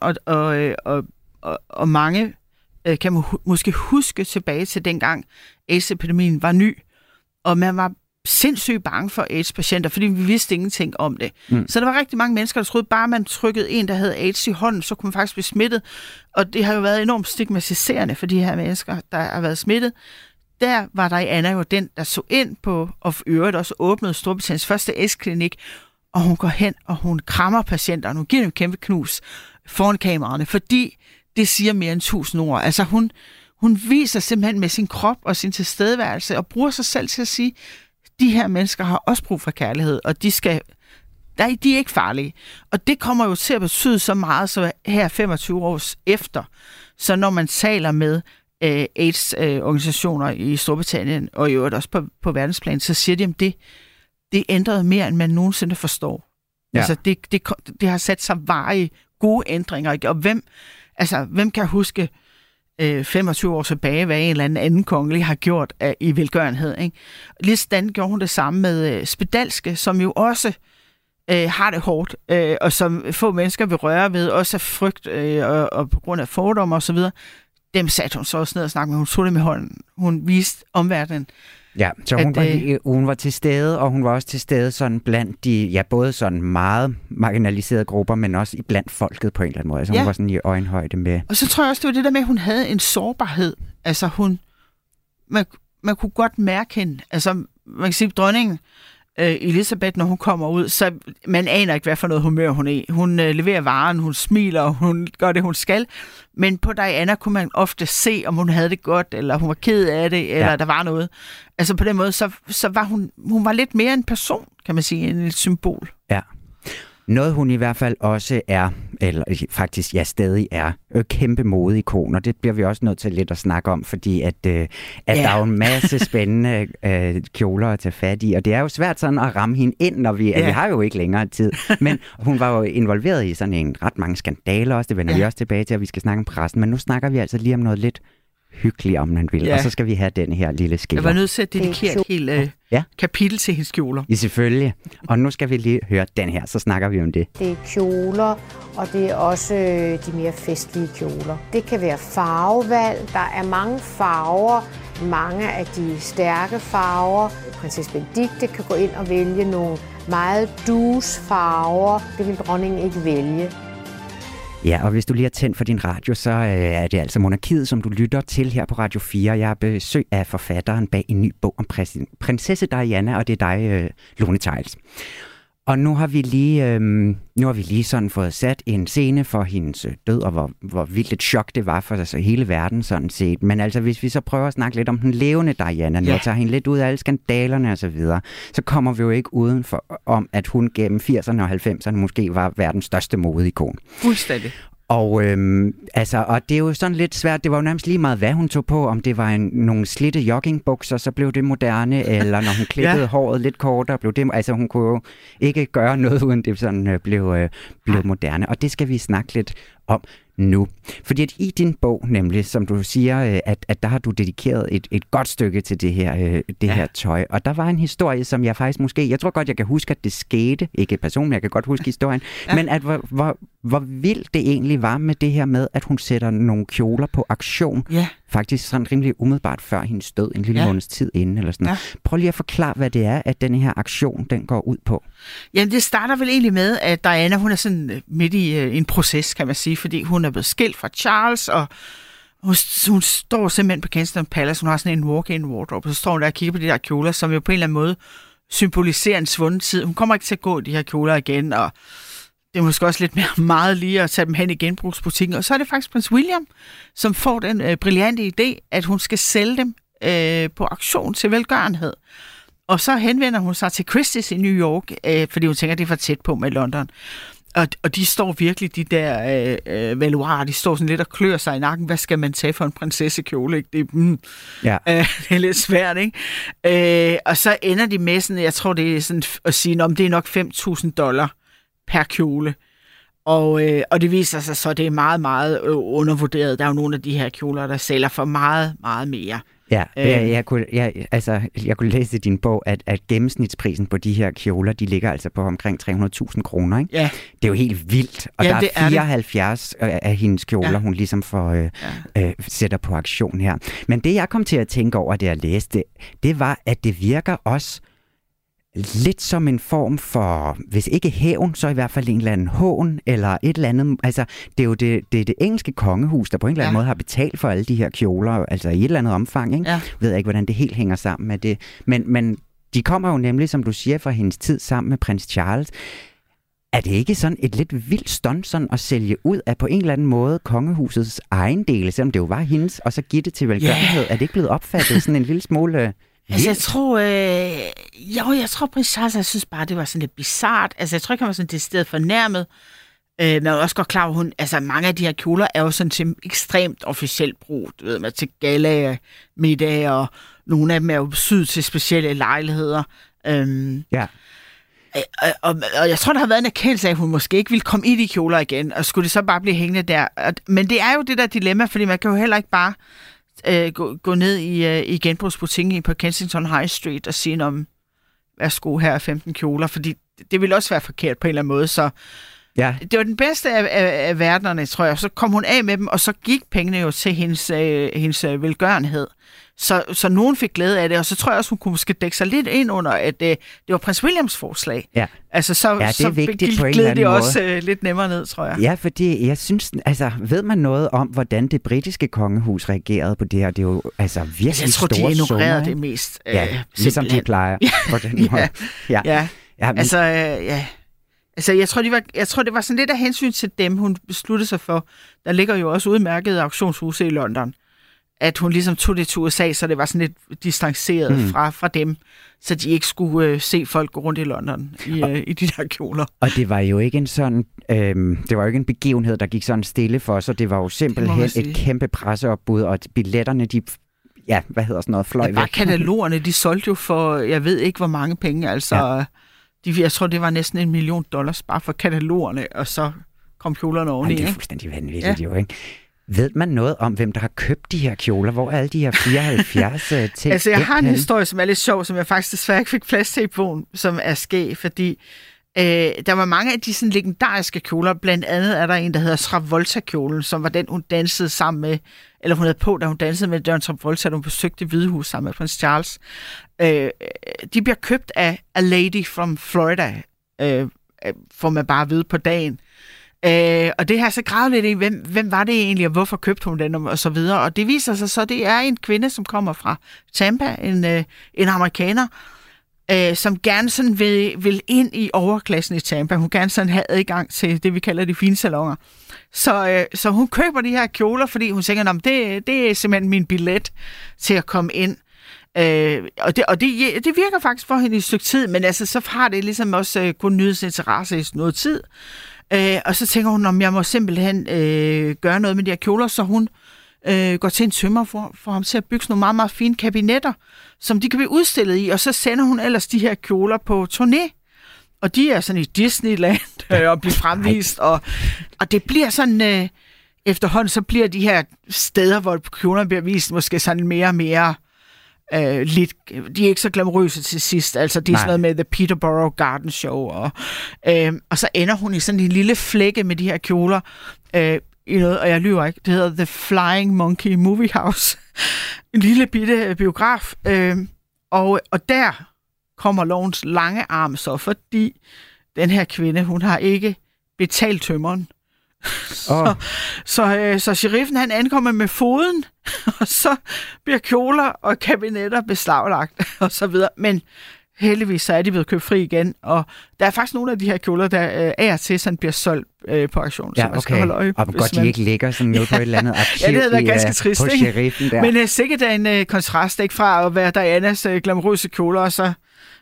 og mange kan måske huske tilbage til dengang AIDS-epidemien var ny, og man var sindssygt bange for AIDS-patienter, fordi vi vidste ingenting om det. Så der var rigtig mange mennesker, der troede, bare man trykkede en, der havde AIDS i hånden, så kunne man faktisk blive smittet. Og det har jo været enormt stigmatiserende for de her mennesker, der har været smittet. Der var Diana jo den, der så ind på, og for øvrigt også åbnede Storbritanniens første AIDS-klinik, og hun går hen, og hun krammer patienter, og hun giver dem kæmpe knus foran kameraerne, fordi det siger mere end 1000 ord. Altså hun viser simpelthen med sin krop og sin tilstedeværelse, og bruger sig selv til at sige, de her mennesker har også brug for kærlighed, og de er ikke farlige. Og det kommer jo til at betyde så meget, så her 25 år efter, så når man taler med AIDS-organisationer i Storbritannien, og i øvrigt også på verdensplan, så siger de, at det ændrede mere, end man nogensinde forstår. Ja. Altså, det har sat sig varige gode ændringer, og hvem kan huske 25 år tilbage, hvad en eller anden kongelig har gjort i velgørenhed. Ikke? Ligesådan gjorde hun det samme med spedalske, som jo også har det hårdt, og som få mennesker vil røre ved, også af frygt og på grund af fordomme osv. Dem satte hun så også ned og snakkede med. Hun tog det med hånden. Hun viste omverdenen. Ja, så hun var til stede, og hun var også til stede sådan blandt de, både sådan meget marginaliserede grupper, men også blandt folket på en eller anden måde. Altså hun var sådan i øjenhøjde med. Og så tror jeg også, det var det der med, at hun havde en sårbarhed. Altså man kunne godt mærke hende. Altså man kan sige, dronningen Elisabeth, når hun kommer ud, så man aner ikke, hvad for noget humør hun er i. Hun leverer varen, hun smiler, og hun gør det, hun skal. Men på Diana kunne man ofte se, om hun havde det godt, eller hun var ked af det, eller der var noget. Altså på den måde, så var hun var lidt mere en person, kan man sige, end et symbol. Ja. Noget hun i hvert fald også er, eller faktisk stadig er, kæmpe modeikon, og det bliver vi også nødt til lidt at snakke om, fordi at der er jo en masse spændende kjoler at tage fat i, og det er jo svært sådan at ramme hende ind, når vi har jo ikke længere tid, men hun var jo involveret i sådan en ret mange skandaler også, det vender vi også tilbage til, at vi skal snakke om pressen, men nu snakker vi altså lige om noget lidt hyggeligt, om man vil, og så skal vi have den her lille skiller. Jeg var nødt til at dedikere et helt kapitel til hendes kjoler. Ja, selvfølgelig. Og nu skal vi lige høre den her, så snakker vi om det. Det er kjoler, og det er også de mere festlige kjoler. Det kan være farvevalg. Der er mange farver, mange af de stærke farver. Prinsesse Benedikte kan gå ind og vælge nogle meget douce farver. Det vil dronningen ikke vælge. Ja, og hvis du lige har tændt for din radio, så er det altså Monarkiet, som du lytter til her på Radio 4. Jeg har besøg af forfatteren bag en ny bog om prinsesse Diana, og det er dig, Lone Theils. Og nu har vi lige sådan fået sat en scene for hendes død, og hvor vildt et chok det var for altså, hele verden sådan set. Men altså, hvis vi så prøver at snakke lidt om den levende Diana, og tager hende lidt ud af alle skandalerne og så videre, så kommer vi jo ikke uden for om, at hun gennem 80'erne og 90'erne måske var verdens største modeikon. Fuldstændig. Og, og det er jo sådan lidt svært. Det var jo nærmest lige meget, hvad hun tog på. Om det var nogle slitte joggingbukser, så blev det moderne. Eller når hun klippede håret lidt kortere, blev det... Altså hun kunne jo ikke gøre noget, uden det sådan blev moderne. Og det skal vi snakke lidt om nu. Fordi at i din bog, nemlig, som du siger, at der har du dedikeret et godt stykke til det her tøj. Og der var en historie, som jeg faktisk måske... Jeg tror godt, jeg kan huske, at det skete. Ikke personligt, men jeg kan godt huske historien. Ja. Men at hvor vildt det egentlig var med det her med, at hun sætter nogle kjoler på auktion. Ja. Faktisk sådan rimelig umiddelbart før hendes død, en lille måneds tid inden. Eller sådan. Ja. Prøv lige at forklare, hvad det er, at den her auktion, den går ud på. Jamen, det starter vel egentlig med, at Diana, hun er sådan midt i en proces, kan man sige, fordi hun er blevet skilt fra Charles, og hun står simpelthen på Kensington Palace, hun har sådan en walk-in wardrobe, og så står hun der og kigger på de der kjoler, som jo på en eller anden måde symboliserer en svunden tid. Hun kommer ikke til at gå i de her kjoler igen, og det er måske også lidt mere meget lige at tage dem hen i genbrugsbutikken. Og så er det faktisk prins William, som får den brillante idé, at hun skal sælge dem på auktion til velgørenhed. Og så henvender hun sig til Christie's i New York, fordi hun tænker, at det er for tæt på med London. Og de står virkelig, de der valuarer, de står sådan lidt og klør sig i nakken. Hvad skal man tage for en prinsessekjole? Ikke? Det er lidt svært, ikke? Og så ender de med sådan, jeg tror det er sådan at sige, om det er nok $5,000 per kjole. Og det viser sig så, at det er meget, meget undervurderet. Der er jo nogle af de her kjoler, der sælger for meget, meget mere. Ja, jeg kunne læse i din bog, at gennemsnitsprisen på de her kjoler, de ligger altså på omkring 300.000 kroner, ikke? Ja. Det er jo helt vildt. Og der er 74 af hendes kjoler, hun ligesom får sætter på auktion her. Men det, jeg kom til at tænke over, det jeg læste, det var, at det virker også lidt som en form for, hvis ikke hævn, så i hvert fald en eller anden hån, eller et eller andet. Altså, det er jo det engelske kongehus, der på en eller anden måde har betalt for alle de her kjoler, altså i et eller andet omfang, ikke? Jeg ved ikke, hvordan det helt hænger sammen med det. Men de kommer jo nemlig, som du siger, fra hendes tid sammen med prins Charles. Er det ikke sådan et lidt vildt stunt sådan at sælge ud af på en eller anden måde kongehusets ejendele, selvom det jo var hendes, og så give det til velgørenhed? Er det ikke blevet opfattet sådan en lille smule... Altså, jeg tror prins Charles, jeg synes bare, det var sådan lidt bizart. Altså, jeg tror ikke, han var sådan decideret fornærmet. Men jeg er også godt klar, at mange af de her kjoler er jo sådan til ekstremt officielt brug. Du ved, til gala, middag, og nogle af dem er jo syet til specielle lejligheder. Og jeg tror, der har været en erkendelse af, at hun måske ikke ville komme i de kjoler igen, og skulle det så bare blive hængende der. Men det er jo det der dilemma, fordi man kan jo heller ikke bare gå ned i genbrugsbutikken på Kensington High Street og sige om, værsgo, her er 15 kjoler, fordi det ville også være forkert på en eller anden måde, så det var den bedste af verdenerne, tror jeg. Så kom hun af med dem, og så gik pengene jo til hendes velgørenhed. Så nogen fik glæde af det, og så tror jeg også, hun kunne måske dække sig lidt ind under, at det var prins Williams forslag. Ja. Altså, så gled det også lidt nemmere ned, tror jeg. Ja, fordi jeg synes, altså, ved man noget om, hvordan det britiske kongehus reagerede på det her? Det er jo altså virkelig store summer. Jeg tror, de ignorerede det mest. Ligesom de plejer på den måde. Altså, jeg tror, det var sådan lidt af hensyn til dem, hun besluttede sig for. Der ligger jo også udmærkede auktionshuse i London. At hun ligesom tog det til USA, så det var sådan lidt distanceret fra dem, så de ikke skulle se folk gå rundt i London i de der kjoler. Og det var jo ikke en sådan, det var jo ikke en begivenhed, der gik sådan stille for, så det var jo simpelthen et kæmpe presseopbud, og billetterne, de fløj væk. Bare katalogerne, de solgte jo for, jeg ved ikke hvor mange penge, altså, jeg tror det var næsten $1 million bare for katalogerne, og så kom kjolerne oveni. Det er fuldstændig vanvittigt jo, ikke? Ved man noget om, hvem der har købt de her kjoler? Hvor er alle de her 74 ting? Altså, jeg har en historie, som er lidt sjov, som jeg faktisk desværre ikke fik plads til i bogen, som er skæg, fordi der var mange af de sådan legendariske kjoler. Blandt andet er der en, der hedder Travolta-kjolen, som var den, hun dansede sammen med, eller hun havde på, da hun dansede med John Travolta, da hun besøgte Hvide sammen med prins Charles. De bliver købt af A Lady from Florida, får man bare at vide på dagen. Og det har så gravet lidt i, hvem var det egentlig, og hvorfor købte hun den, og så videre. Og det viser sig så, det er en kvinde, som kommer fra Tampa, en amerikaner, som gerne sådan vil ind i overklassen i Tampa. Hun gerne sådan have adgang til det, vi kalder de fine salonger. Så hun køber de her kjoler, fordi hun tænker, det er simpelthen min billet til at komme ind. Og det virker faktisk for hende i et stykke tid, men altså, så har det ligesom også kun nyhedsinteresse i noget tid. Og så tænker hun, om jeg må simpelthen gøre noget med de her kjoler, så hun går til en tømrer for ham til at bygge nogle meget, meget fine kabinetter, som de kan blive udstillet i, og så sender hun ellers de her kjoler på turné. Og de er sådan i Disneyland og bliver fremvist, og det bliver sådan, efterhånden så bliver de her steder, hvor kjolerne bliver vist, måske sådan mere og mere lidt, de er ikke så glamourøse til sidst, altså det er sådan noget med The Peterborough Garden Show, og så ender hun i sådan en lille flække med de her kjoler, i noget, og jeg lyver ikke, det hedder The Flying Monkey Movie House, en lille bitte biograf, og der kommer lovens lange arm så, fordi den her kvinde, hun har ikke betalt tømmeren. Så sheriffen, han ankommer med foden, og så bliver kjoler og kabinetter beslaglagt, og så videre. Men heldigvis så er de blevet købt fri igen, og der er faktisk nogle af de her kjoler, der af og til sådan bliver solgt på auktion. Ja, okay. Skal holde øje, og godt de ikke ligger sådan noget på et eller andet arkiv. Ja, det havde været ganske trist, på sheriffen der. Men sikkert er en kontrast, ikke, fra at være Dianas glamourøse kjoler, og så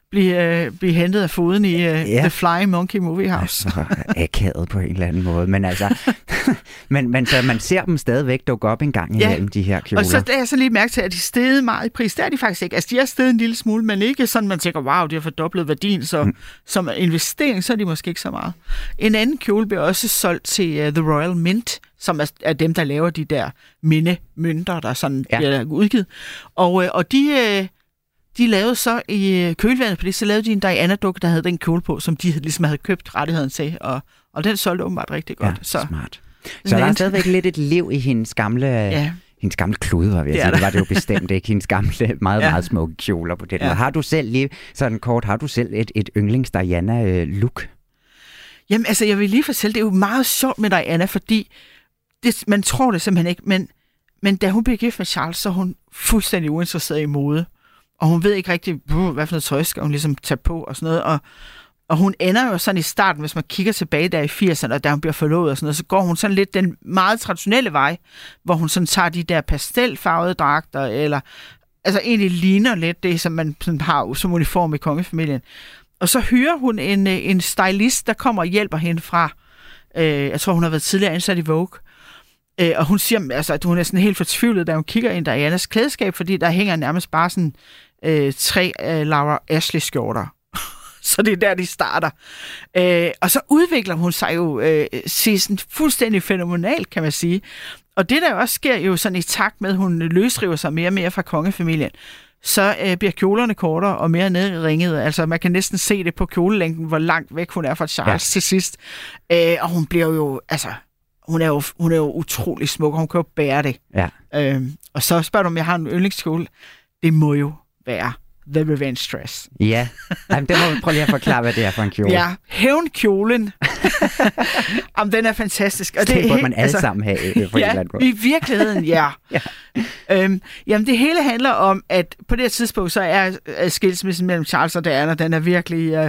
blive hentet af foden i The Flying Monkey Movie House. Akavet på en eller anden måde, men altså, men så man ser dem stadigvæk dukke op en gang imellem de her kjoler. Og så er jeg så lige mærke til, at de steget meget i pris. Det er de faktisk ikke. Altså, de er steget en lille smule, men ikke sådan, man tænker, wow, de har fordoblet værdien, så som investering, så er de måske ikke så meget. En anden kjole bliver også solgt til The Royal Mint, som er dem, der laver de der mindemønter, der sådan bliver udgivet. Og de lavede så i kølvandet på det, så lavede de en Diana-dukke, der havde den kjole på, som de ligesom havde købt rettigheden til, og den solgte åbenbart rigtig godt. Ja, så smart. Så der er stadigvæk lidt et liv i hendes gamle klude, var jeg sige. Det var det jo bestemt ikke. Hendes gamle, meget, meget smukke kjoler på den. Ja. Har du selv lige, sådan kort, et yndlings Diana-look? Jamen, altså, jeg vil lige fortælle, det er jo meget sjovt med Diana, fordi man tror det simpelthen ikke, men da hun blev gift med Charles, så er hun fuldstændig uinteresseret i mode. Og hun ved ikke rigtig, hvad for noget tøj skal hun ligesom tage på og sådan noget. Og hun ender jo sådan i starten, hvis man kigger tilbage der i 80'erne, og da hun bliver forlovet og sådan noget, så går hun sådan lidt den meget traditionelle vej, hvor hun sådan tager de der pastelfarvede dragter, eller altså egentlig ligner lidt det, som man sådan har som uniform i kongefamilien. Og så hyrer hun en stylist, der kommer og hjælper hende fra, jeg tror hun har været tidligere ansat i Vogue, og hun siger, altså, at hun er sådan helt fortvivlet, da hun kigger ind i Dianas klædeskab, fordi der hænger nærmest bare sådan 3 Laura Ashley-skjorter. Så det er der, de starter. Og så udvikler hun sig jo sådan fuldstændig fænomenalt, kan man sige. Og det, der også sker jo sådan i takt med, at hun løsriver sig mere og mere fra kongefamilien, så bliver kjolerne kortere og mere nedringede. Altså, man kan næsten se det på kjolelængden, hvor langt væk hun er fra Charles til sidst. Og hun bliver jo, altså... Hun er jo utrolig smuk, og hun kan jo bære det. Ja. Og så spørger du, om jeg har en yndlingskjole. Det må jo være The Revenge Dress. Ja, jamen, det må vi prøve lige at forklare, hvad det er for en kjole. Ja, hævnkjolen. Jamen, den er fantastisk. Og det burde man alle sammen have. For ja, i virkeligheden, ja. Jamen, det hele handler om, at på det her tidspunkt, så er skilsmissen mellem Charles og Diana, den er virkelig...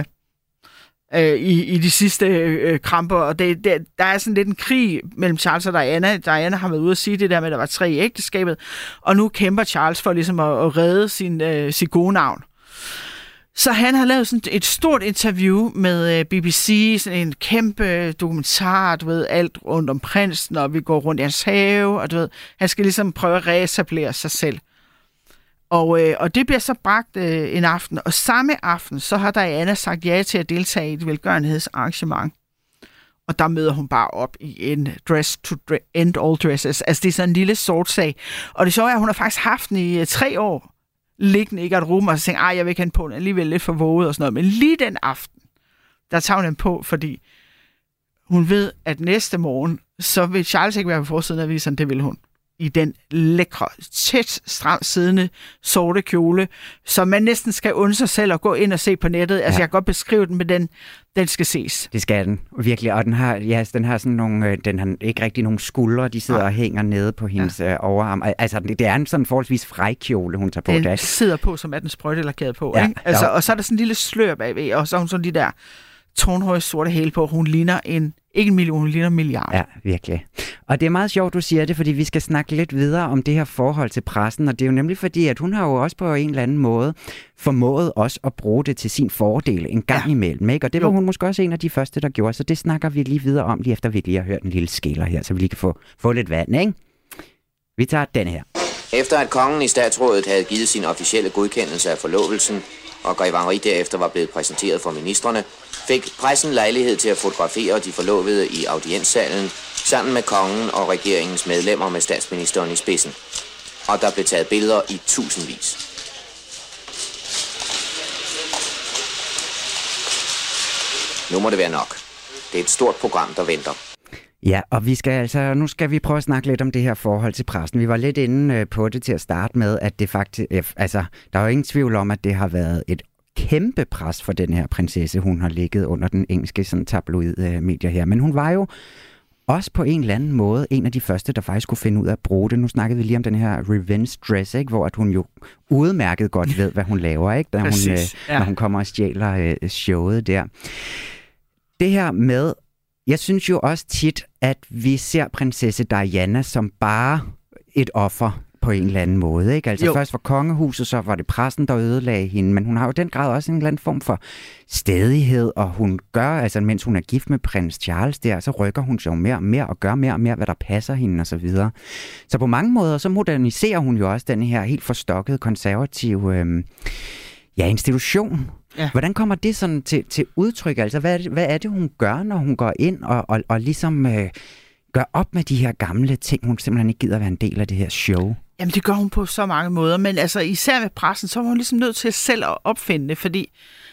i de sidste kramper, og der er sådan lidt en krig mellem Charles og Diana. Diana har været ude at sige det der med, at der var 3 i ægteskabet, og nu kæmper Charles for ligesom at redde sin gode navn. Så han har lavet sådan et stort interview med BBC, sådan en kæmpe dokumentar, du ved, alt rundt om prinsen, og vi går rundt i hans have, og du ved, han skal ligesom prøve at reetablere sig selv. Og det bliver så bragt en aften, og samme aften, så har Diana sagt ja til at deltage i et velgørenhedsarrangement. Og der møder hun bare op i en dress to end all dresses. Altså det er sådan en lille sort sag. Og det sjove er, at hun har faktisk haft den i 3 år liggende i garderoben, og så tænker, jeg vil ikke have den på, den er alligevel lidt for våget og sådan noget. Men lige den aften, der tager hun den på, fordi hun ved, at næste morgen, så vil Charles ikke være på forsiden af avisen, det vil hun. I den lækre, tæt, stramt siddende, sorte kjole, som man næsten skal undre sig selv at gå ind og se på nettet. Altså, jeg kan godt beskrive den, men den skal ses. Det skal den, virkelig. Og den har sådan nogle, den har ikke rigtig nogle skuldre, de sidder og hænger nede på hendes overarm. Altså, det er en sådan forholdsvis fræk kjole, hun tager på. Den sidder på, som er den sprøjtelakeret på, ikke? Altså, og så er der sådan en lille slør bagved, og så har hun sådan de der tårnhøje sorte hæle på. Hun ligner ikke en million, hun ligner en milliard. Ja, virkelig. Og det er meget sjovt, du siger det, fordi vi skal snakke lidt videre om det her forhold til pressen, og det er jo nemlig fordi, at hun har jo også på en eller anden måde formået også at bruge det til sin fordel en gang imellem, ikke? Og det var hun måske også en af de første, der gjorde, så det snakker vi lige videre om, lige efter vi lige har hørt en lille skiller her, så vi lige kan få lidt vand, ikke? Vi tager den her. Efter at kongen i statsrådet havde givet sin officielle godkendelse af forlovelsen, og Grev Henri derefter var blevet præsenteret for ministrene, fik pressen lejlighed til at fotografere de forlovede i audienssalen, sammen med kongen og regeringens medlemmer med statsministeren i spidsen. Og der blev taget billeder i tusindvis. Nu må det være nok. Det er et stort program, der venter. Ja, og nu skal vi prøve at snakke lidt om det her forhold til pressen. Vi var lidt inde på det til at starte med, at det faktisk, der er jo ingen tvivl om, at det har været et kæmpe pres for den her prinsesse. Hun har ligget under den engelske sådan tabloid medier her, men hun var jo også på en eller anden måde en af de første, der faktisk kunne finde ud af at bruge det. Nu snakkede vi lige om den her revenge dress, ikke? Hvor at hun jo udmærket godt ved, hvad hun laver, ikke? Når hun kommer og stjæler showet der. Det her med, jeg synes jo også tit, at vi ser prinsesse Diana som bare et offer på en eller anden måde, ikke? Altså først var kongehuset, så var det pressen, der ødelagde hende, men hun har jo den grad også en eller anden form for stædighed, og hun gør, altså mens hun er gift med prins Charles der, så rykker hun sig jo mere og mere og gør mere og mere, hvad der passer hende og så videre. Så på mange måder, så moderniserer hun jo også den her helt forstokkede, konservative institution. Ja. Hvordan kommer det sådan til udtryk? Altså, hvad er det, hun gør, når hun går ind og ligesom gør op med de her gamle ting, hun simpelthen ikke gider være en del af det her show? Jamen, det gør hun på så mange måder, men altså især med pressen, så var hun ligesom nødt til selv at opfinde det, fordi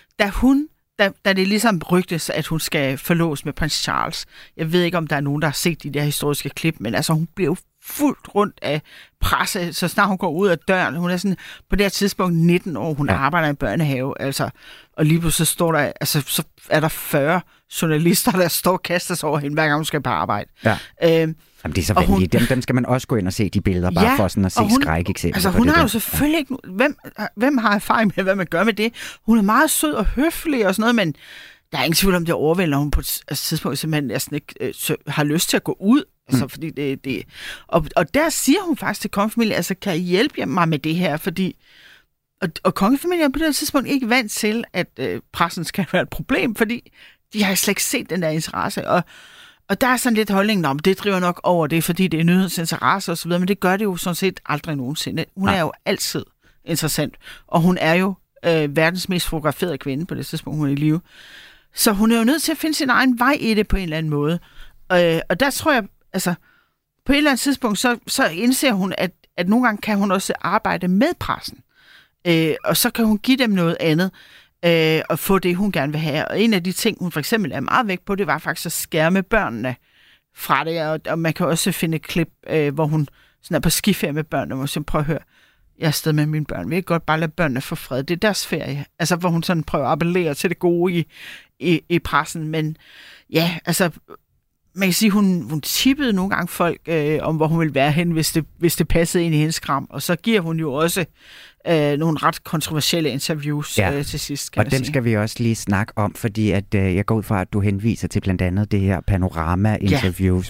da det ligesom rygtes, at hun skal forloves med prins Charles, jeg ved ikke, om der er nogen, der har set de der historiske klip, men altså hun bliver jo fuldt rundt af presse, så snart hun går ud af døren. Hun er sådan på det her tidspunkt 19 år, hun arbejder i en børnehave, altså, og lige pludselig står der, altså, så er der 40 journalister, der står og kaster sig over hende, hver gang hun skal på arbejde. Ja. Jamen, det er så vanligt. Dem skal man også gå ind og se de billeder, bare for sådan at se skrækeksempler. Altså, hun har jo selvfølgelig ikke... Hvem har erfaring med, hvad man gør med det? Hun er meget sød og høflig og sådan noget, men der er ingen tvivl om, det overvælder hun på et tidspunkt, simpelthen næsten ikke har lyst til at gå ud. Altså, fordi det. Og der siger hun faktisk til kongefamilien, altså, kan I hjælpe mig med det her? Fordi... Og kongefamilien er på det tidspunkt ikke vant til, at pressen skal være et problem, fordi de har slet ikke set den der interesse. Og der er sådan lidt holdningen om, det driver nok over det, fordi det er nyhedsinteresse og så videre, men det gør det jo sådan set aldrig nogensinde. Hun er jo altid interessant, og hun er jo verdens mest fotograferede kvinde på det tidspunkt, hun er i live. Så hun er jo nødt til at finde sin egen vej i det på en eller anden måde. Og der tror jeg, altså på et eller andet tidspunkt, så indser hun, at nogle gange kan hun også arbejde med pressen. Og så kan hun give dem noget andet, og få det, hun gerne vil have. Og en af de ting, hun for eksempel er meget væk på, det var faktisk at skærme børnene fra det. Og man kan også finde et klip, hvor hun sådan er på skiferie med børnene, hvor hun siger, prøv at høre, jeg er afsted med mine børn. Vi kan godt bare lade børnene få fred. Det er deres ferie. Altså, hvor hun sådan prøver at appellere til det gode i pressen. Men ja, altså... Man kan sige, hun tippede nogle gange folk om, hvor hun ville være hen, hvis det passede ind i hendes kram. Og så giver hun jo også nogle ret kontroversielle interviews til sidst, og dem skal vi også lige snakke om, fordi at, jeg går ud fra, at du henviser til blandt andet det her panorama-interviews,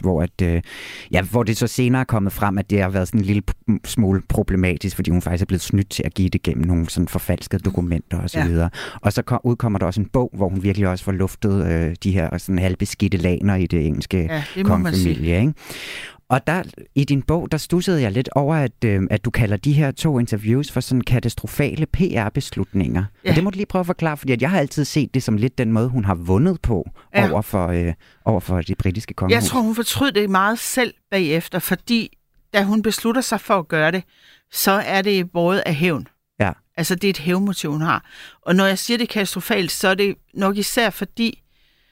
hvor det så senere er kommet frem, at det har været sådan en lille smule problematisk, fordi hun faktisk er blevet snydt til at give det gennem nogle sådan forfalskede dokumenter og så videre. Og så udkommer der også en bog, hvor hun virkelig også får luftet de her sådan halvbeskidte laner i det engelske kongefamilie, ikke? Og der, i din bog, der studsede jeg lidt over, at du kalder de her 2 interviews for sådan katastrofale PR-beslutninger. Ja. Og det må du lige prøve at forklare, fordi at jeg har altid set det som lidt den måde, hun har vundet på over for det britiske kongehus. Jeg tror, hun fortrød det meget selv bagefter, fordi da hun beslutter sig for at gøre det, så er det både af hævn. Ja. Altså, det er et hævnmotiv, hun har. Og når jeg siger det katastrofalt, så er det nok især fordi,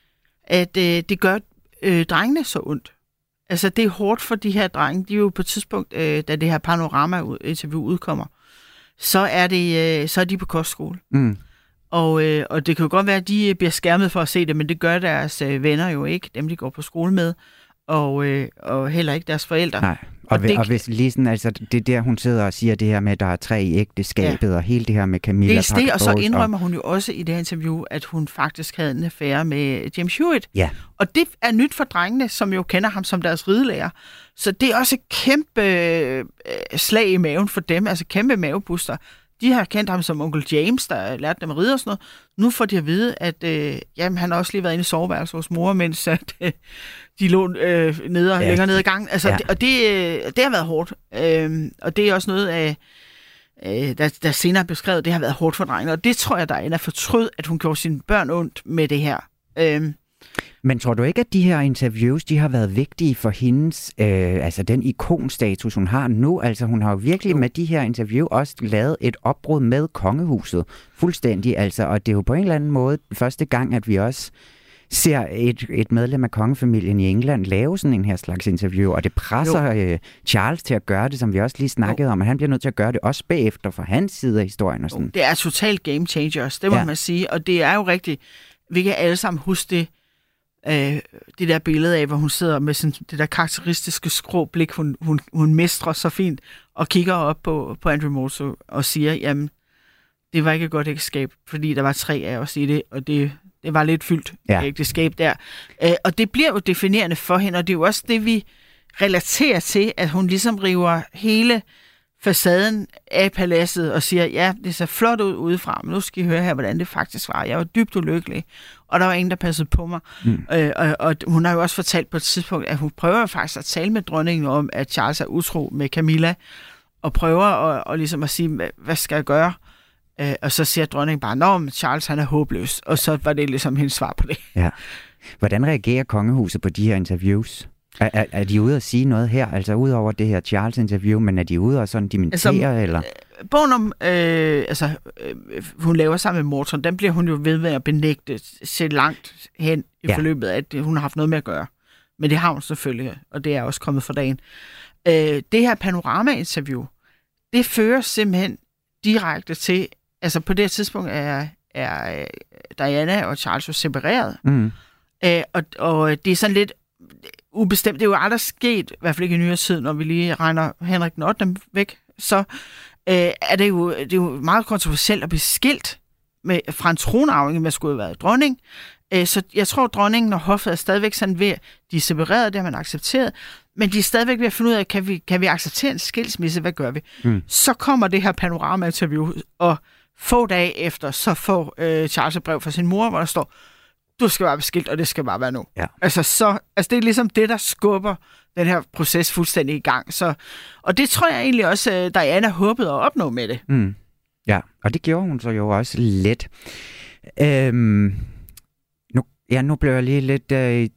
at det gør drengene så ondt. Altså, det er hårdt for de her drenge. De er jo på et tidspunkt, da det her panorama-interview udkommer, så er de på kostskole. Mm. Og det kan jo godt være, at de bliver skærmet for at se det, men det gør deres venner jo ikke, dem de går på skole med. og heller ikke deres forældre. Nej. Og hvis lige sådan, altså det der, hun sidder og siger det her med, at der er 3 i ægteskabet, og hele det her med Camilla Parker Bowles. Og så indrømmer hun jo også i det her interview, at hun faktisk havde en affære med James Hewitt. Ja. Og det er nyt for drengene, som jo kender ham som deres ridelærer. Så det er også et kæmpe slag i maven for dem, altså kæmpe mavebuster. De har kendt ham som onkel James, der lærte dem at ride og sådan noget. Nu får de at vide, at han har også lige været inde i soveværelset hos mor, mens de lå længere nede i gangen. Altså, det har været hårdt. Og det er også noget af, der senere beskrevet, det har været hårdt for drengene. Og det tror jeg, der er fortrød, at hun gjorde sine børn ondt med det her. Men tror du ikke, at de her interviews, de har været vigtige for hendes, altså den ikonstatus, hun har nu? Altså hun har jo virkelig med de her interview også lavet et opbrud med kongehuset. Fuldstændig, altså. Og det er jo på en eller anden måde første gang, at vi også ser et medlem af kongefamilien i England lave sådan en her slags interview, og det presser Charles til at gøre det, som vi også lige snakkede om, at han bliver nødt til at gøre det også bagefter fra hans side af historien. Og sådan. Det er totalt game changers, det må man sige, og det er jo rigtigt. Vi kan alle sammen huske det der billede af, hvor hun sidder med sådan, det der karakteristiske skråblik, hun mestrer så fint, og kigger op på Andrew Moulton og siger, jamen, det var ikke et godt ægteskab, fordi der var 3 af os i det, og det var lidt fyldt ægteskab der. Og det bliver jo definerende for hende, og det er jo også det, vi relaterer til, at hun ligesom river hele facaden af paladset og siger, ja, det ser flot ud udefra, men nu skal I høre her, hvordan det faktisk var. Jeg var dybt ulykkelig, og der var ingen, der passede på mig. Og hun har jo også fortalt på et tidspunkt, at hun prøver faktisk at tale med dronningen om, at Charles er utro med Camilla, og prøver at ligesom at sige, hvad skal jeg gøre? Og så siger dronningen bare, men Charles han er håbløs. Og så var det ligesom hendes svar på det. Ja. Hvordan reagerer kongehuset på de her interviews? Er de ude at sige noget her? Altså ud over det her Charles-interview, men er de ude og sådan dementere? Eller? Bogen om, hun laver sammen med Morton, den bliver hun jo ved at benægte så langt hen i forløbet, at hun har haft noget med at gøre. Men det har hun selvfølgelig, og det er også kommet for dagen. Det her panorama-interview, det fører simpelthen direkte til, altså på det her tidspunkt er Diana og Charles jo separeret. Og det er sådan lidt ubestemt. Det er jo aldrig sket, i hvert fald ikke i nyere tid, når vi lige regner Henrik den 8. væk, så er det er jo meget kontroversielt at blive skilt fra en tronarving, man skulle have været dronning. Så jeg tror, dronningen og hoffet er stadigvæk sådan ved, de er separeret, det har man accepteret, men de er stadigvæk ved at finde ud af, kan vi acceptere en skilsmisse, hvad gør vi? Så kommer det her panorama-interview, og få dage efter, så får Charles et brev fra sin mor, hvor der står, du skal bare være skilt, og det skal bare være nu. Ja. Altså det er ligesom det, der skubber den her proces fuldstændig i gang. Og det tror jeg egentlig også, Diana håbede at opnå med det. Ja, og det gjorde hun så jo også lidt. Nu blev jeg lige lidt...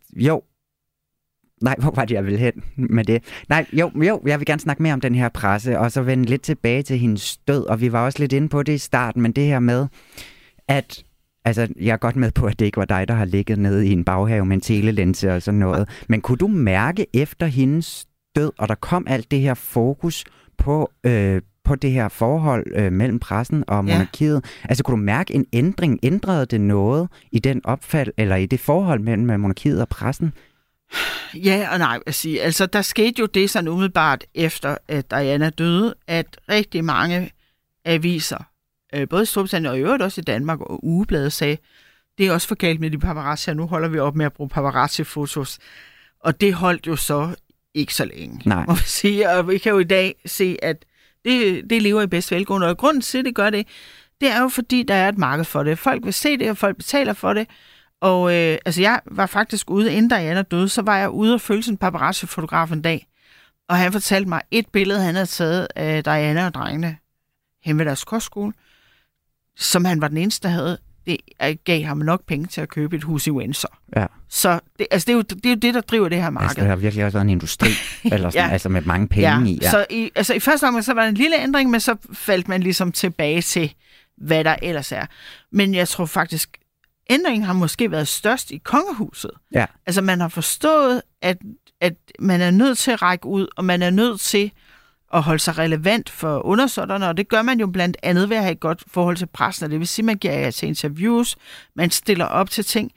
Nej, hvor var det, jeg ville hen med det? Nej, jo, jeg vil gerne snakke mere om den her presse, og så vende lidt tilbage til hendes død, og vi var også lidt inde på det i starten, men det her med, at altså, jeg er godt med på, at det ikke var dig, der har ligget nede i en baghave med en telelinse og sådan noget, men kunne du mærke efter hendes død, og der kom alt det her fokus på det her forhold mellem pressen og monarkiet, altså kunne du mærke en ændring? Ændrede det noget i den opfald, eller i det forhold mellem monarkiet og pressen? Ja og nej, at sige. Altså, der skete jo det sådan umiddelbart efter, at Diana døde, at rigtig mange aviser, både i Storbritannien og i øvrigt også i Danmark og ugeblade, sagde, det er også for galt med de paparazzi, og nu holder vi op med at bruge paparazzi-fotos. Og det holdt jo så ikke så længe, må vi sige. Og vi kan jo i dag se, at det lever i bedst velgående. Og grunden til, at det gør det, det er jo fordi, der er et marked for det. Folk vil se det, og folk betaler for det. Og jeg var faktisk ude, inden Diana døde, så var jeg ude og følge sådan en paparazzi-fotograf en dag. Og han fortalte mig et billede, han havde taget af Diana og drengene hen ved deres kostskole, som han var den eneste, der havde. Det gav ham nok penge til at købe et hus i Windsor. Ja. Så det er jo det, der driver det her marked. Altså, det har virkelig også været en industri, eller sådan, altså med mange penge i. Ja. Så i første omgang, så var der en lille ændring, men så faldt man ligesom tilbage til, hvad der ellers er. Men jeg tror faktisk, ændringen har måske været størst i kongehuset. Ja. Altså, man har forstået, at man er nødt til at række ud, og man er nødt til at holde sig relevant for undersåtterne, og det gør man jo blandt andet ved at have et godt forhold til pressen, og det vil sige, at man giver jer til interviews, man stiller op til ting.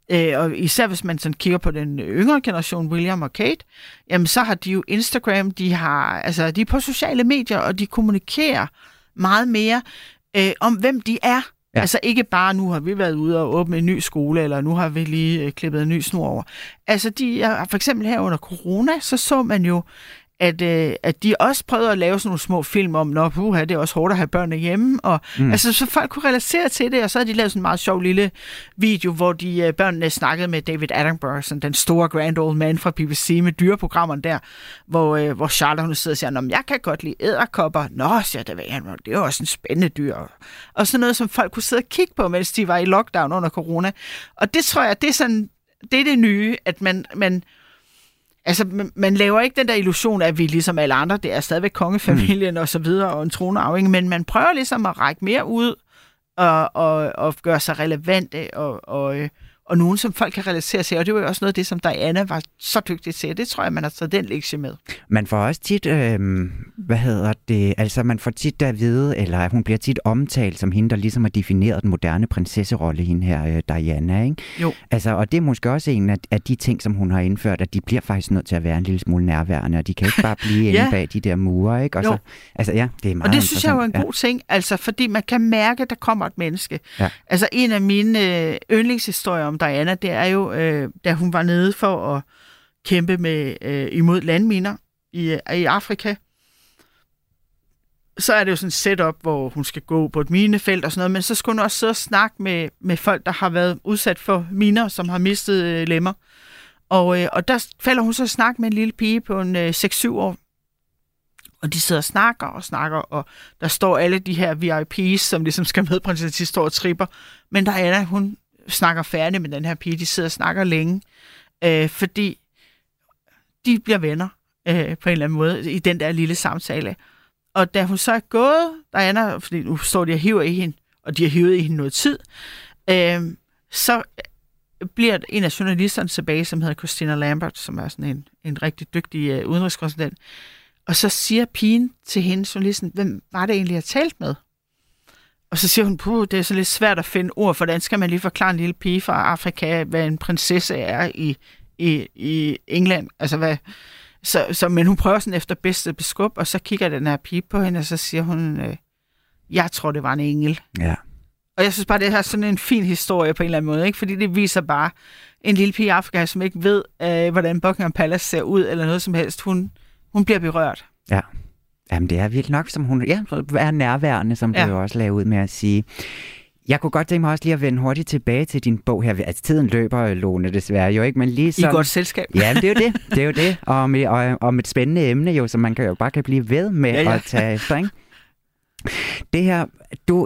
Og især hvis man sådan kigger på den yngre generation, William og Kate, jamen så har de jo Instagram, de er på sociale medier, og de kommunikerer meget mere om, hvem de er. Ja. Altså ikke bare, nu har vi været ude og åbne en ny skole, eller nu har vi lige klippet en ny snor over. Altså for eksempel her under corona, så man jo, at de også prøvede at lave sådan nogle små film om, det er også hårdt at have børnene hjemme, og altså, så folk kunne relatere til det, og så havde de lavet sådan en meget sjov lille video, hvor børnene snakkede med David Attenborough, sådan den store grand old man fra BBC med dyreprogrammerne der, hvor Charlotte hun sidder og siger, jeg kan godt lide edderkopper. Nå, siger det er jo også en spændende dyr. Og sådan noget, som folk kunne sidde og kigge på, mens de var i lockdown under corona. Og det tror jeg, det er det nye, at man laver ikke den der illusion af, at vi ligesom alle andre, det er stadigvæk kongefamilien og så videre, og en tronarving, men man prøver ligesom at række mere ud og gøre sig relevante og nogen, som folk kan relatere til. Og det var jo også noget af det, som Diana var så dygtig til. Det tror jeg, man har taget den lektie med. Man får også tit, man får tit at vide, eller hun bliver tit omtalt som hende, der ligesom har defineret den moderne prinsesserolle, hende her, Diana, ikke? Jo. Altså, og det er måske også en af de ting, som hun har indført, at de bliver faktisk nødt til at være en lille smule nærværende, og de kan ikke bare blive inde bag de der mure, ikke? Og så, det er meget. Og det synes jeg jo er en god ting, altså, fordi man kan mærke, at der kommer et menneske. Ja. Altså, en af mine yndlingshistorier om Diana, det er jo, da hun var nede for at kæmpe imod landminer i Afrika, så er det jo sådan et setup, hvor hun skal gå på et minefelt og sådan noget, men så skulle hun også sidde og snakke med folk, der har været udsat for miner, som har mistet lemmer. Og der falder hun så at snakke med en lille pige på en 6-7 år. Og de sidder og snakker, og der står alle de her VIP's, som ligesom skal med prinsesse, de står og tripper. Men Diana, hun snakker færdig med den her pige, de sidder og snakker længe, fordi de bliver venner på en eller anden måde i den der lille samtale. Og da hun så er gået, Diana, fordi nu står de og hiver i hende, og de har hivet i hende noget tid, så bliver en af journalisterne tilbage, som hedder Christina Lambert, som er sådan en rigtig dygtig udenrigskorrespondent. Og så siger pigen til hende, journalisten, hvem var det egentlig, jeg talte med? Og så siger hun, det er så lidt svært at finde ord, for hvordan skal man lige forklare en lille pige fra Afrika, hvad en prinsesse er i England? Altså men hun prøver sådan efter bedste beskub, og så kigger den her pige på hende, og så siger hun, jeg tror, det var en engel. Ja. Og jeg synes bare, det her er sådan en fin historie på en eller anden måde, ikke? Fordi det viser bare en lille pige i Afrika, som ikke ved, hvordan Buckingham Palace ser ud, eller noget som helst. Hun bliver berørt. Ja. Jamen, det er virkelig nok, som hun er nærværende, som du jo også lavede ud med at sige. Jeg kunne godt tænke mig også lige at vende hurtigt tilbage til din bog her. Altså, tiden løber, Lone, desværre jo ikke, men lige som... I godt selskab. Ja, det er jo det. Det er jo det. Og om et spændende emne jo, som man kan jo bare kan blive ved med at tage efter, ikke? Det her, du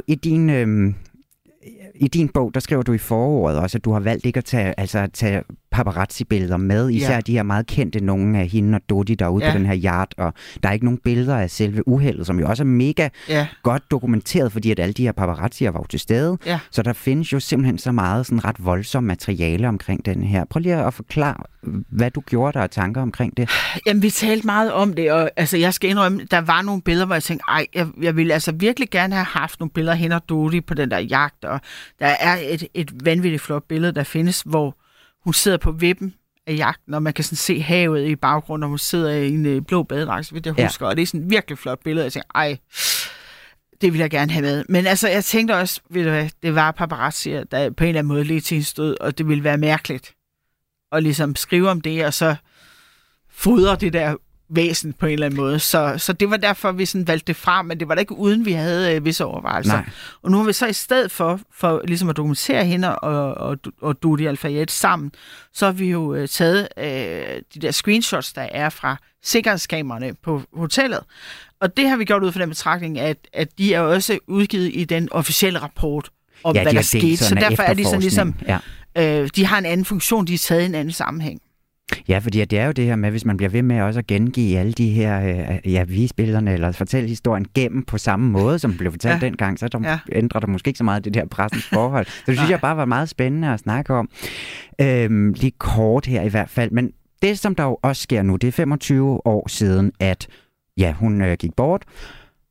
i din bog, der skriver du i forordet også, at du har valgt ikke at tage paparazzi-billeder med, især de her meget kendte, nogle af hende og Dodi, der er ude på den her yacht, og der er ikke nogen billeder af selve uheldet, som jo også er mega godt dokumenteret, fordi at alle de her paparazzier var jo til stede, så der findes jo simpelthen så meget sådan ret voldsomt materiale omkring den her. Prøv lige at forklare, hvad du gjorde der og tanker omkring det. Jamen, vi talte meget om det, og altså, jeg skal indrømme, der var nogle billeder, hvor jeg tænkte, jeg ville altså virkelig gerne have haft nogle billeder af hende og Dodi på den der yacht, og der er et vanvittigt flot billede, der findes, hvor hun sidder på vippen af jagten, og man kan sådan se havet i baggrunden, og hun sidder i en blå badedragt, så vidt jeg husker, og det er sådan et virkelig flot billede, og jeg tænker, det vil jeg gerne have med. Men altså, jeg tænkte også, ved du hvad, det var paparazzier, der på en eller anden måde lige til en stød, og det ville være mærkeligt at ligesom skrive om det, og så fodre det der væsen på en eller anden måde. Så det var derfor, vi sådan valgte det fra, men det var da ikke uden, vi havde visse overvejelser. Nej. Og nu har vi så i stedet for ligesom at dokumentere hende og Dodi Al-Fayed sammen, så har vi jo taget de der screenshots, der er fra sikkerhedskameraerne på hotellet. Og det har vi gjort ud fra den betragtning, at de er også udgivet i den officielle rapport om, hvad der skete. Så derfor er de sådan ligesom, de har en anden funktion, de er taget i en anden sammenhæng. Ja, fordi det er jo det her med, hvis man bliver ved med også at gengive alle de her vise billederne, eller fortælle historien gennem på samme måde, som blev fortalt dengang, så ændrer der måske ikke så meget det der pressens forhold. Så det synes jeg bare var meget spændende at snakke om. Lige kort her i hvert fald. Men det, som der jo også sker nu, det er 25 år siden, at hun gik bort.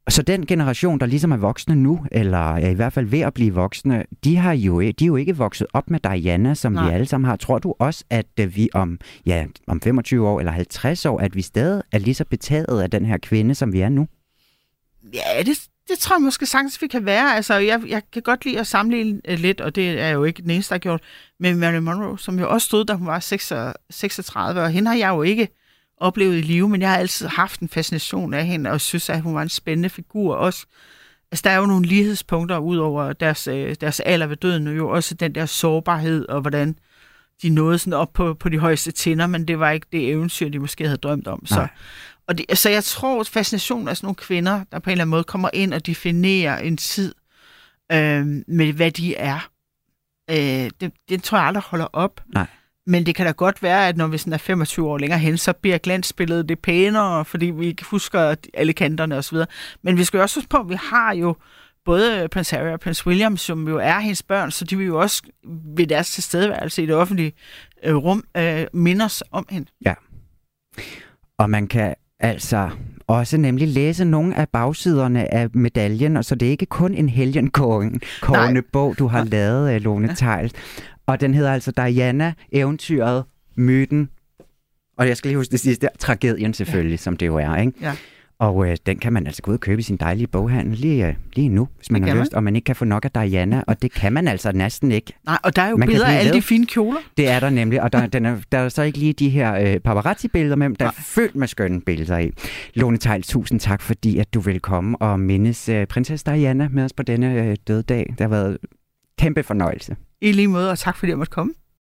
Så den generation, der ligesom er voksne nu, eller er i hvert fald ved at blive voksne, de er jo ikke vokset op med Diana, som vi alle sammen har. Tror du også, at vi om 25 år eller 50 år, at vi stadig er lige så betaget af den her kvinde, som vi er nu? Ja, det tror jeg måske sagtens, vi kan være. Altså, jeg kan godt lide at sammenligne lidt, og det er jo ikke den eneste, der har gjort, med Marilyn Monroe, som jo også stod, da hun var 36, og hende har jeg jo ikke oplevet i live, men jeg har altid haft en fascination af hende, og synes, at hun var en spændende figur også. Altså, der er jo nogle lighedspunkter ud over deres alder ved døden, og jo også den der sårbarhed, og hvordan de nåede sådan op på de højeste tinder, men det var ikke det eventyr, de måske havde drømt om. Så jeg tror, at fascinationen af sådan nogle kvinder, der på en eller anden måde kommer ind og definerer en tid med, hvad de er, det tror jeg aldrig holder op. Nej. Men det kan da godt være, at når vi sådan er 25 år længere hen, så bliver glansbilledet det pænere, fordi vi ikke husker alle kanterne osv. Men vi skal jo også huske på, at vi har jo både Prince Harry og Prince William, som jo er hendes børn, så de vil jo også ved deres tilstedeværelse i det offentlige rum minde os om hende. Ja. Og man kan altså også nemlig læse nogle af bagsiderne af medaljen, og så det er ikke kun en helgenkårende bog, du har lavet, Lone Theils. Og den hedder altså Diana, eventyret, myten, og jeg skal lige huske det sidste, tragedien selvfølgelig, som det jo er, ikke? Ja. Og den kan man altså gå ud og købe i sin dejlige boghandel lige nu, hvis man har lyst, og man ikke kan få nok af Diana, og det kan man altså næsten ikke. Nej, og der er jo billeder af alle de fine kjoler. Det er der nemlig, og der er så ikke lige de her paparazzi-billeder med, der er fyldt med skønne billeder i. Lone Theils, tusind tak, fordi at du vil komme og mindes prinsesse Diana med os på denne døde dag. Det har været kæmpe fornøjelse. I lige måde, og tak fordi jeg måtte komme.